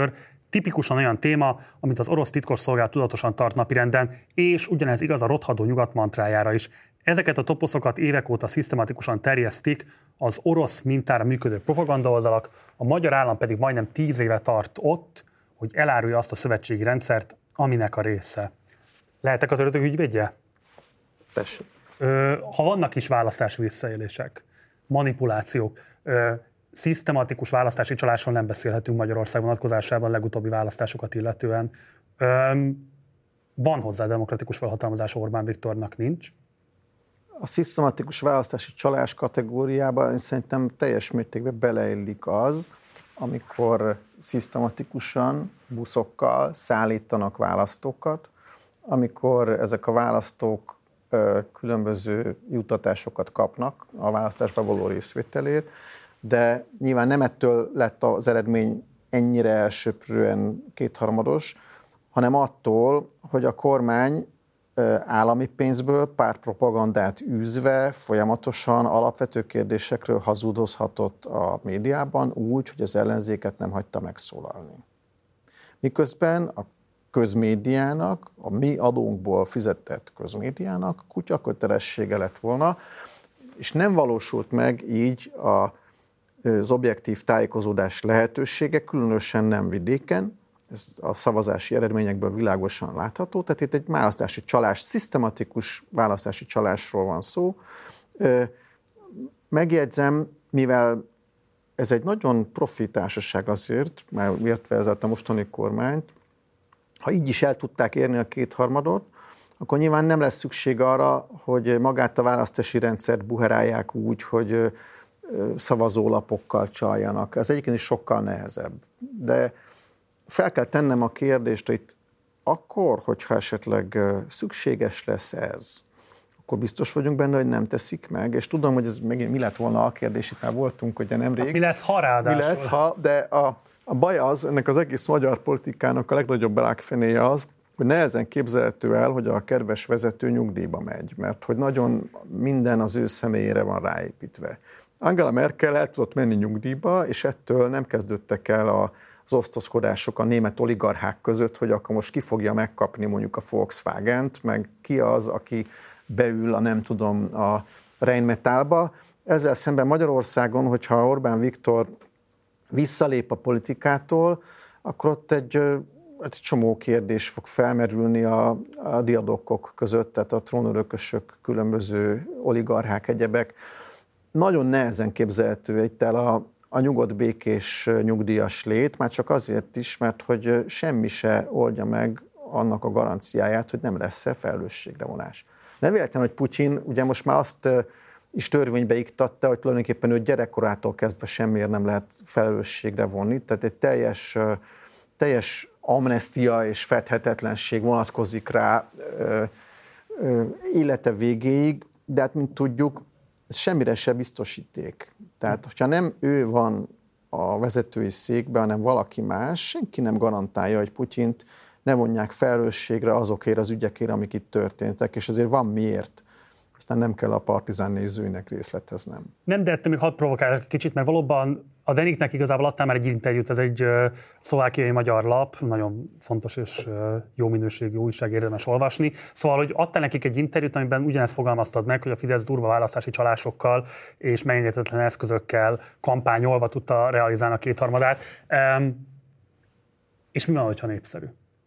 Speaker 1: Tipikusan olyan téma, amit az orosz titkosszolgálat tudatosan tart napirenden, és ugyanez igaz a rothadó nyugat mantrájára is. Ezeket a toposzokat évek óta szisztematikusan terjesztik az orosz mintára működő propagandaoldalak, a magyar állam pedig majdnem tíz éve tart ott, hogy elárulja azt a szövetségi rendszert, aminek a része. Lehetek az ördög ügyvédje?
Speaker 2: Tessék.
Speaker 1: Ha vannak is választási visszaélések, manipulációk, ö, szisztematikus választási csalásról nem beszélhetünk Magyarország vonatkozásában legutóbbi választásokat illetően. Ö, van hozzá demokratikus felhatalmazása Orbán Viktornak, nincs?
Speaker 2: A szisztematikus választási csalás kategóriába én szerintem teljes mértékben beleillik az, amikor szisztematikusan buszokkal szállítanak választókat, amikor ezek a választók különböző juttatásokat kapnak a választásba való részvételért, de nyilván nem ettől lett az eredmény ennyire elsöprően kétharmados, hanem attól, hogy a kormány állami pénzből pártpropagandát űzve folyamatosan alapvető kérdésekről hazudozhatott a médiában úgy, hogy az ellenzéket nem hagyta megszólalni. Miközben a közmédiának, a mi adónkból fizetett közmédiának kutyakötelessége lett volna, és nem valósult meg így a, az objektív tájékozódás lehetősége, különösen nem vidéken, ez a szavazási eredményekből világosan látható, tehát itt egy választási csalás, szisztematikus választási csalásról van szó. Megjegyzem, mivel ez egy nagyon profi társaság azért, már értve ezért a mostani kormányt, ha így is el tudták érni a kétharmadot, akkor nyilván nem lesz szükség arra, hogy magát a választási rendszert buherálják úgy, hogy szavazólapokkal csaljanak. Ez egyébként is sokkal nehezebb. De fel kell tennem a kérdést, hogy itt akkor, hogyha esetleg szükséges lesz ez, akkor biztos vagyunk benne, hogy nem teszik meg. És tudom, hogy ez megint mi lett volna a kérdés, itt már voltunk, ugye nemrég.
Speaker 1: Hát mi lesz, ha ráadásul?
Speaker 2: Mi lesz, ha, de a, a baj az, ennek az egész magyar politikának a legnagyobb rákfenéje az, hogy nehezen képzelhető el, hogy a kedves vezető nyugdíjba megy, mert hogy nagyon minden az ő személyére van ráépítve. Angela Merkel el tudott menni nyugdíjba, és ettől nem kezdődtek el a az osztozkodások a német oligarchák között, hogy akkor most ki fogja megkapni mondjuk a Volkswagent, meg ki az, aki beül a nem tudom a Rheinmetallba. Ezzel szemben Magyarországon, hogyha Orbán Viktor visszalép a politikától, akkor ott egy, egy csomó kérdés fog felmerülni a, a diadokok között, tehát a trónörökösök, különböző oligarchák, egyebek. Nagyon nehezen képzelhető itt el a a nyugodt békés nyugdíjas lét, már csak azért is, mert hogy semmi se oldja meg annak a garanciáját, hogy nem lesz-e felelősségre vonás. Nem véletlen, hogy Putyin ugye most már azt is törvénybe iktatta, hogy tulajdonképpen ő gyerekkorától kezdve semmiért nem lehet felelősségre vonni, tehát egy teljes, teljes amnestia és fedhetetlenség vonatkozik rá élete végéig, de hát mint tudjuk, ez semmire se biztosíték. Tehát, hogyha nem ő van a vezetői székben, hanem valaki más, senki nem garantálja, hogy Putyint ne vonják felelősségre azokért az ügyekért, amik itt történtek, és azért van miért. Aztán nem kell a Partizán nézőinek részleteznem.
Speaker 1: Nem, de ettől még hadd provokálok kicsit, mert valóban a Deniknek igazából adtál már egy interjút, ez egy szlovákiai magyar lap, nagyon fontos és jó minőségű újság, érdemes olvasni. Szóval, hogy adtál nekik egy interjút, amiben ugyanezt fogalmaztad meg, hogy a Fidesz durva választási csalásokkal és megengedhetetlen eszközökkel kampányolva tudta realizálni a kétharmadát. És mi van, hogyha népszerű?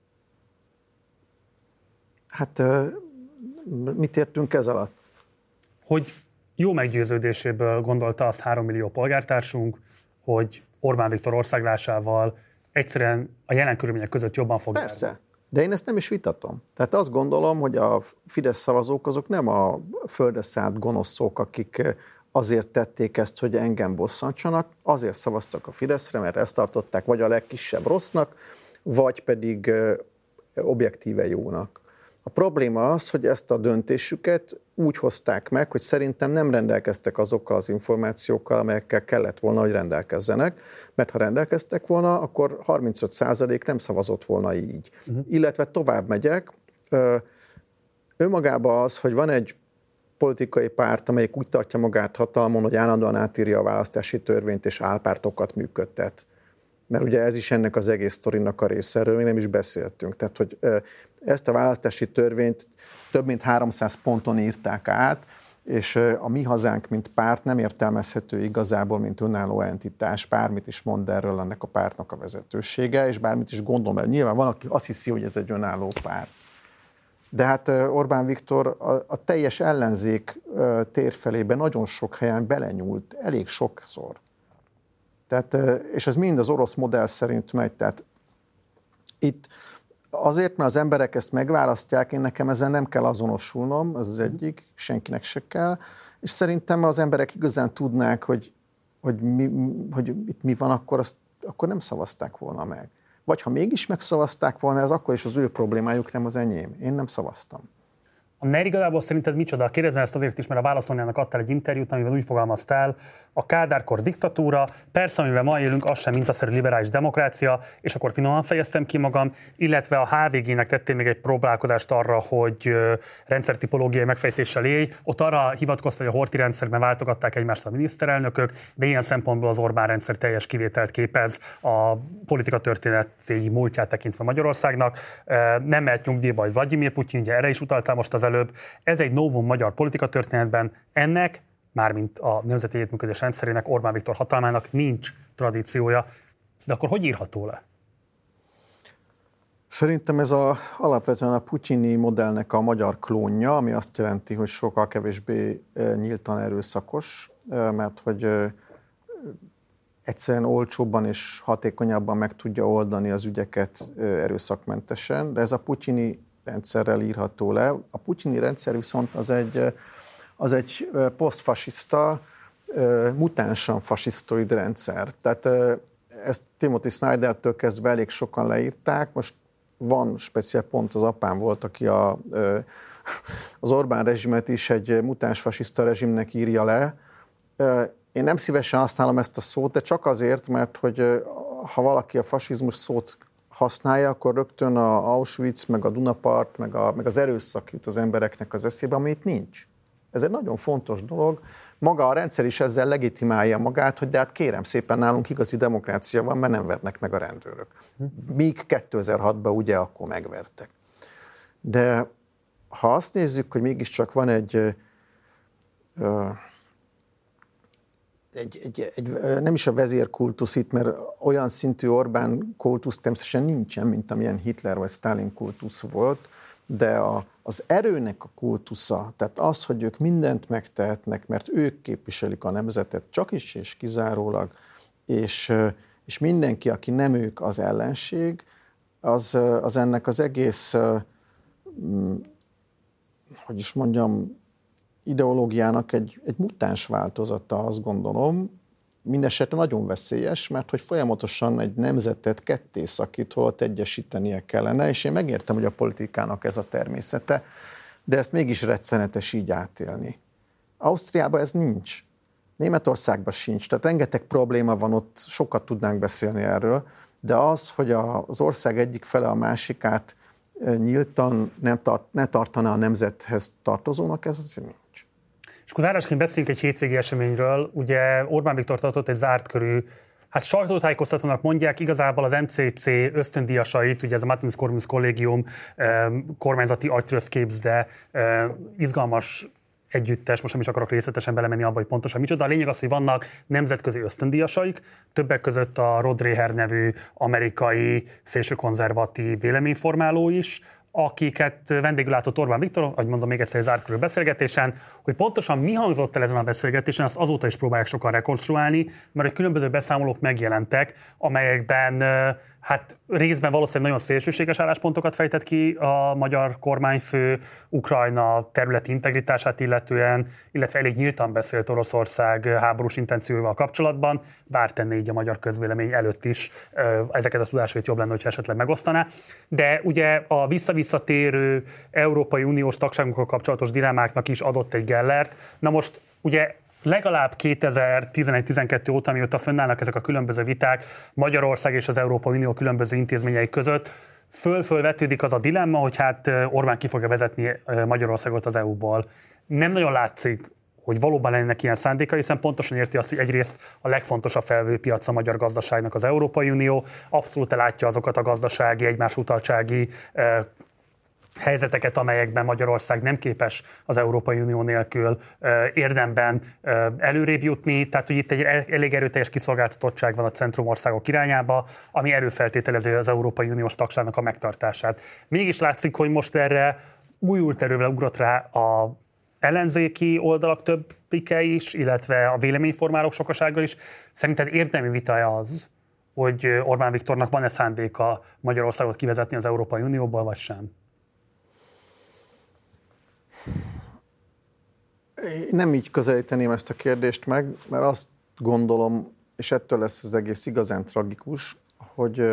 Speaker 2: Hát mit értünk ez alatt?
Speaker 1: Hogy jó meggyőződéséből gondolta azt három millió polgártársunk, hogy Orbán Viktor országlásával egyszerűen a jelen körülmények között jobban fog
Speaker 2: Persze,
Speaker 1: járni.
Speaker 2: De én ezt nem is vitatom. Tehát azt gondolom, hogy a Fidesz szavazók azok nem a földre szállt gonoszok, akik azért tették ezt, hogy engem bosszantsanak, azért szavaztak a Fideszre, mert ezt tartották vagy a legkisebb rossznak, vagy pedig objektíve jónak. A probléma az, hogy ezt a döntésüket úgy hozták meg, hogy szerintem nem rendelkeztek azokkal az információkkal, amelyekkel kellett volna, hogy rendelkezzenek, mert ha rendelkeztek volna, akkor harmincöt százalék nem szavazott volna így. Uh-huh. Illetve tovább megyek, önmagában az, hogy van egy politikai párt, amelyik úgy tartja magát hatalmon, hogy állandóan átírja a választási törvényt és álpártokat működtet. Mert ugye ez is ennek az egész sztorinak a része, erről még nem is beszéltünk. Tehát, hogy ezt a választási törvényt több mint háromszáz ponton írták át, és a Mi Hazánk, mint párt nem értelmezhető igazából, mint önálló entitás. Bármit is mond erről ennek a pártnak a vezetősége, és bármit is gondol, mert nyilván van, aki azt hiszi, hogy ez egy önálló párt. De hát Orbán Viktor a, a teljes ellenzék térfelében nagyon sok helyen belenyúlt, elég sokszor. Tehát, és ez mind az orosz modell szerint megy. Tehát itt azért, mert az emberek ezt megválasztják, én nekem ezzel nem kell azonosulnom, ez az egyik, senkinek se kell, és szerintem az emberek igazán tudnák, hogy, hogy, mi, hogy itt mi van, akkor, azt, akkor nem szavazták volna meg. Vagy ha mégis megszavazták volna, ez akkor is az ő problémájuk, nem az enyém. Én nem szavaztam.
Speaker 1: A NER igazából szerinted micsoda? Kérdezem ezt azért is, mert a Válaszoljának adtál egy interjút, amiben úgy fogalmaztál, a Kádár-kor diktatúra, persze, amiben ma élünk, az sem mintaszerű liberális demokrácia, és akkor finoman fejeztem ki magam, illetve a há vé gé-nek tettél még egy próbálkozást arra, hogy rendszertipológiai megfejtéssel élj. Ott arra hivatkozta, hogy a Horthy rendszerben váltogatták egymást a miniszterelnökök, de ilyen szempontból az Orbán rendszer teljes kivételt képez a politika történeti múltját tekintve Magyarországnak. Nem mehet nyugdíjba, hogy Vladimir Putyin, ugye erre is utaltál most az előbb. Ez egy novum magyar politika történetben, ennek, mármint a nemzeti együttműködés rendszerének, Orbán Viktor hatalmának nincs tradíciója. De akkor hogy írható le?
Speaker 2: Szerintem ez a, alapvetően a putyini modellnek a magyar klónja, ami azt jelenti, hogy sokkal kevésbé nyíltan erőszakos, mert hogy egyszerűen olcsóbban és hatékonyabban meg tudja oldani az ügyeket erőszakmentesen, de ez a putyini rendszerrel írható le. A putyini rendszer viszont az egy, az egy posztfasiszta, mutánsan fasisztoid rendszer. Tehát ezt Timothy Snydertől kezdve elég sokan leírták. Most van speciál pont, az apám volt, aki a, az Orbán rezsimet is egy mutáns fasiszta rezsimnek írja le. Én nem szívesen használom ezt a szót, de csak azért, mert hogy ha valaki a fasizmus szót használja, akkor rögtön a Auschwitz, meg a Dunapart, meg, a, meg az erőszak jut az embereknek az eszébe, ami itt nincs. Ez egy nagyon fontos dolog. Maga a rendszer is ezzel legitimálja magát, hogy de hát kérem szépen, nálunk igazi demokrácia van, mert nem vernek meg a rendőrök. Míg kétezer-hatban ugye akkor megvertek. De ha azt nézzük, hogy mégiscsak van egy... Ö, Egy, egy, egy, nem is a vezérkultusz itt, mert olyan szintű Orbán kultusz természetesen nincsen, mint amilyen Hitler vagy Stalin kultusz volt, de a, az erőnek a kultusza, tehát az, hogy ők mindent megtehetnek, mert ők képviselik a nemzetet csak is és kizárólag, és, és mindenki, aki nem ők, az ellenség, az, az ennek az egész, hogy is mondjam, ideológiának egy, egy mutáns változata, azt gondolom, mindesetre nagyon veszélyes, mert hogy folyamatosan egy nemzetet ketté szakít, holott egyesítenie kellene, és én megértem, hogy a politikának ez a természete, de ezt mégis rettenetes így átélni. Ausztriában ez nincs. Németországban sincs, tehát rengeteg probléma van ott, sokat tudnánk beszélni erről, de az, hogy az ország egyik fele a másikát nyíltan nem tart, ne tartaná a nemzethez tartozónak, ez azért nincs.
Speaker 1: És akkor zárásként beszéljünk egy hétvégi eseményről. Ugye Orbán Viktor tartott egy zárt körű, hát sajtótájékoztatónak mondják, igazából az em cé cé ösztöndíjasait, ugye ez a Matthias Corvinus Kollégium kormányzati agytrözt képz, de izgalmas együttes, most nem is akarok részletesen belemenni abba, hogy pontosan micsoda. A lényeg az, hogy vannak nemzetközi ösztöndíjasaik, többek között a Rod Dreher nevű amerikai szélsőkonzervatív véleményformáló is, akiket vendégül látott Orbán Viktor, ahogy mondom még egyszer egy zárt körű beszélgetésen, hogy pontosan mi hangzott el ezen a beszélgetésen, azt azóta is próbálják sokan rekonstruálni, mert hogy különböző beszámolók megjelentek, amelyekben hát részben valószínűleg nagyon szélsőséges álláspontokat fejtett ki a magyar kormányfő, Ukrajna területi integritását illetően, illetve elég nyíltan beszélt Oroszország háborús intencióival kapcsolatban, bár tenné így a magyar közvélemény előtt is, ezeket a tudásait jobb lenne, hogyha esetleg megosztaná. De ugye a visszavisszatérő Európai Uniós tagságunkkal kapcsolatos dilemmáknak is adott egy gellert. Na most ugye legalább kétezer-tizenegy-tizenkettő óta, mióta fönnállnak ezek a különböző viták Magyarország és az Európai Unió különböző intézményei között, föl-föl vetődik az a dilemma, hogy hát Orbán ki fogja vezetni Magyarországot az é u-ból. Nem nagyon látszik, hogy valóban lennének ilyen szándéka, hiszen pontosan érti azt, hogy egyrészt a legfontosabb felvőpiac a magyar gazdaságnak az Európai Unió, abszolút látja azokat a gazdasági, egymás utaltsági eh, helyzeteket, amelyekben Magyarország nem képes az Európai Unió nélkül eh, érdemben eh, előrébb jutni, tehát hogy itt egy elég erőteljes kiszolgáltatottság van a centrumországok irányába, ami előfeltételezi az Európai Uniós tagságnak a megtartását. Mégis látszik, hogy most erre újult erővel ugrott rá a ellenzéki oldalak többike is, illetve a véleményformálók sokasága is. Szerinted érdemi vita az, hogy Orbán Viktornak van-e szándéka Magyarországot kivezetni az Európai Unióból, vagy sem?
Speaker 2: Én nem így közelíteném ezt a kérdést meg, mert azt gondolom, és ettől lesz az egész igazán tragikus, hogy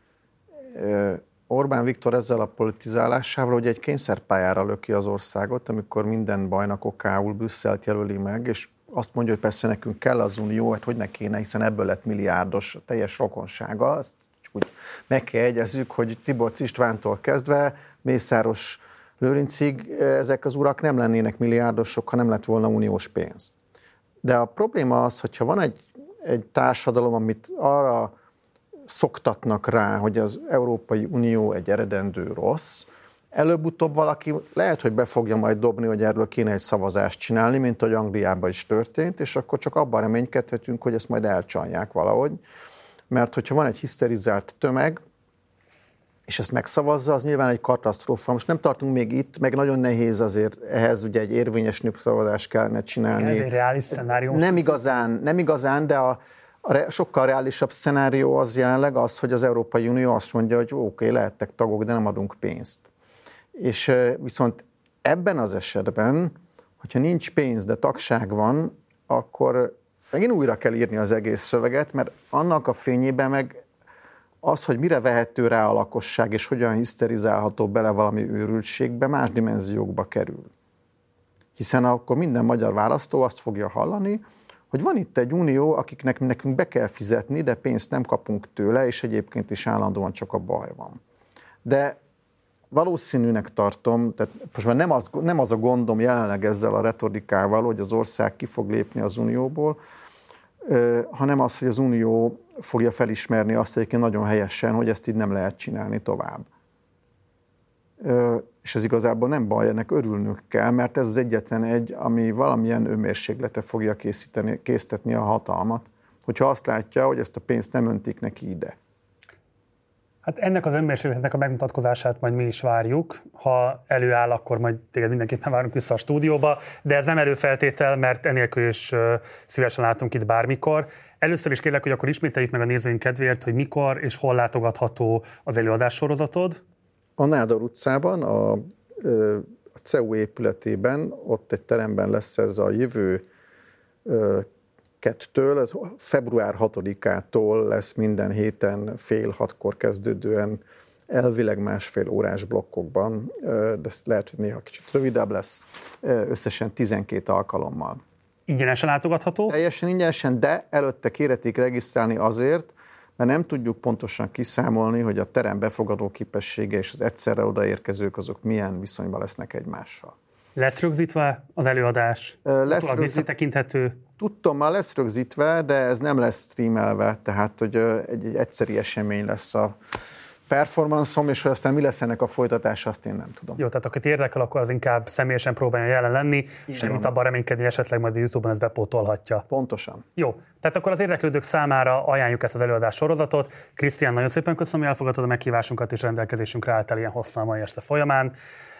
Speaker 2: Orbán Viktor ezzel a politizálásával, hogy egy kényszerpályára löki az országot, amikor minden bajnak okául Brüsszelt jelöli meg, és azt mondja, hogy persze nekünk kell az unió, hát hogy ne kéne, hiszen ebből lett milliárdos a teljes rokonsága. Azt csak úgy meg kell jegyezzük, hogy Tiborcs Istvántól kezdve Mészáros Lőrincig ezek az urak nem lennének milliárdosok, ha nem lett volna uniós pénz. De a probléma az, hogyha van egy, egy társadalom, amit arra szoktatnak rá, hogy az Európai Unió egy eredendő rossz, előbb-utóbb valaki lehet, hogy be fogja majd dobni, hogy erről kéne egy szavazást csinálni, mint ahogy Angliában is történt, és akkor csak abban reménykedhetünk, hogy ezt majd elcsalják valahogy. Mert hogyha van egy hiszterizált tömeg, és ezt megszavazza, az nyilván egy katasztrófa. Most nem tartunk még itt, meg nagyon nehéz azért ehhez ugye egy érvényes népszavazást kellene csinálni.
Speaker 1: Ez egy reális szenárió.
Speaker 2: Nem igazán, nem igazán, de a A sokkal reálisabb szenárió az jelenleg az, hogy az Európai Unió azt mondja, hogy oké, okay, lehettek tagok, de nem adunk pénzt. És viszont ebben az esetben, hogyha nincs pénz, de tagság van, akkor megint újra kell írni az egész szöveget, mert annak a fényében meg az, hogy mire vehető rá a lakosság, és hogyan hiszterizálható bele valami őrültségbe, más dimenziókba kerül. Hiszen akkor minden magyar választó azt fogja hallani, hogy van itt egy unió, akiknek nekünk be kell fizetni, de pénzt nem kapunk tőle, és egyébként is állandóan csak a baj van. De valószínűnek tartom, tehát most már nem az, nem az a gondom jelenleg ezzel a retorikával, hogy az ország ki fog lépni az unióból, hanem az, hogy az unió fogja felismerni azt egyébként nagyon helyesen, hogy ezt így nem lehet csinálni tovább. És ez igazából nem baj, ennek örülnünk kell, mert ez az egyetlen egy, ami valamilyen önmérsékletre fogja készíteni, késztetni a hatalmat, hogyha azt látja, hogy ezt a pénzt nem öntik neki ide.
Speaker 1: Hát ennek az önmérsékletnek a megmutatkozását majd mi is várjuk. Ha előáll, akkor majd téged mindenképpen várunk vissza a stúdióba, de ez nem előfeltétel, mert enélkül is szívesen látunk itt bármikor. Először is kérlek, hogy akkor ismételjük meg a nézőink kedvéért, hogy mikor és hol látogatható az előadássorozatod.
Speaker 2: A Nádor utcában, a, a cé e u épületében, ott egy teremben lesz ez a jövő kettől, ez február hatodikától lesz minden héten fél hatkor kezdődően elvileg másfél órás blokkokban, de lehet, hogy néha kicsit rövidebb lesz, összesen tizenkét alkalommal.
Speaker 1: Ingyenesen látogatható?
Speaker 2: Teljesen ingyenesen, de előtte kérhetik regisztrálni azért, mert nem tudjuk pontosan kiszámolni, hogy a terem befogadó képessége és az egyszerre odaérkezők azok milyen viszonyban lesznek egymással.
Speaker 1: Lesz rögzítve az előadás?
Speaker 2: Lesz
Speaker 1: rögzít... visszatekinthető?
Speaker 2: Tudtom, már lesz rögzítve, de ez nem lesz streamelve, tehát hogy egy, egy egyszeri esemény lesz a performanszom, és hogy aztán mi lesz ennek a folytatása, azt én nem tudom.
Speaker 1: Jó, tehát akit érdekel, akkor az inkább személyesen próbálja jelen lenni, semmit abban reménykedni, esetleg majd a YouTube-on ezt bepótolhatja.
Speaker 2: Pontosan.
Speaker 1: Jó, tehát akkor az érdeklődők számára ajánljuk ezt az előadás sorozatot. Krisztián, nagyon szépen köszönöm, hogy elfogadtad a meghívásunkat, és rendelkezésünkre álltál ilyen hosszan mai este folyamán.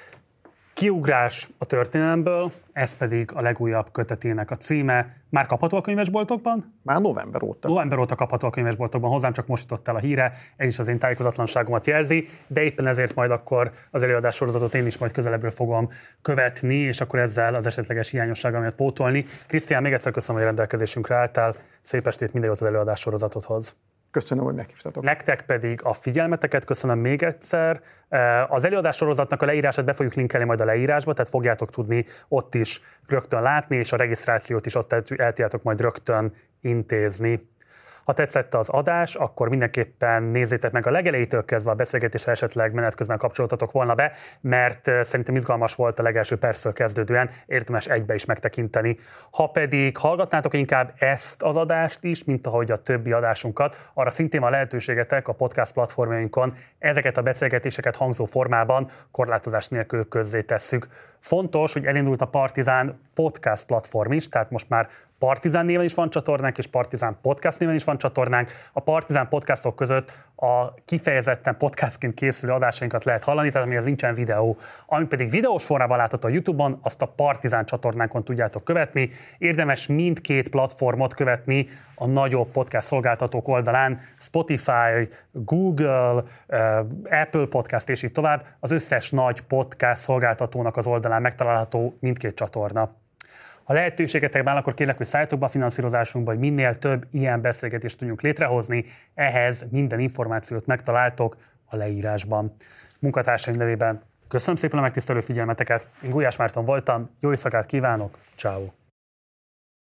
Speaker 1: Kiugrás a történelemből, ez pedig a legújabb kötetének a címe. Már kapható a könyvesboltokban?
Speaker 2: Már november óta.
Speaker 1: November óta kapható a könyvesboltokban, hozzám csak most jutott el a híre, ez is az én tájékozatlanságomat jelzi, de éppen ezért majd akkor az előadás sorozatot én is majd közelebbről fogom követni, és akkor ezzel az esetleges hiányossága miatt pótolni. Krisztián, még egyszer köszönöm, hogy rendelkezésünkre álltál, szép estét, minden jót az előadás sorozatodhoz.
Speaker 2: Köszönöm, hogy meghívtatok.
Speaker 1: Nektek pedig a figyelmeteket köszönöm még egyszer. Az előadás sorozatnak a leírását be fogjuk linkelni majd a leírásba, tehát fogjátok tudni ott is rögtön látni, és a regisztrációt is ott el tudjátok majd rögtön intézni. Ha tetszett az adás, akkor mindenképpen nézzétek meg a legelejétől kezdve a beszélgetésre, esetleg menet közben kapcsoltatok volna be, mert szerintem izgalmas volt a legelső perctől kezdődően, érdemes egybe is megtekinteni. Ha pedig hallgatnátok inkább ezt az adást is, mint ahogy a többi adásunkat, arra szintén a lehetőségetek a podcast platformjainkon ezeket a beszélgetéseket hangzó formában korlátozás nélkül közzétesszük. Fontos, hogy elindult a Partizán podcast platform is, tehát most már Partizán néven is van csatornánk, és Partizán podcast néven is van csatornánk. A Partizán podcastok között a kifejezetten podcastként készülő adásainkat lehet hallani, tehát amihez nincsen videó. Ami pedig videós formában látható a YouTube-on, azt a Partizán csatornánkon tudjátok követni. Érdemes mindkét platformot követni a nagyobb podcast szolgáltatók oldalán, Spotify, Google, Apple Podcast és így tovább. Az összes nagy podcast szolgáltatónak az oldalán megtalálható mindkét csatorna. Ha lehetőségetek van, akkor kérlek, hogy szálljatok be a finanszírozásunkba, hogy minél több ilyen beszélgetést tudjunk létrehozni. Ehhez minden információt megtaláltok a leírásban. Munkatársaim nevében köszönöm szépen a megtisztelő figyelmeteket. Én Gulyás Márton voltam, jó éjszakát kívánok, ciao.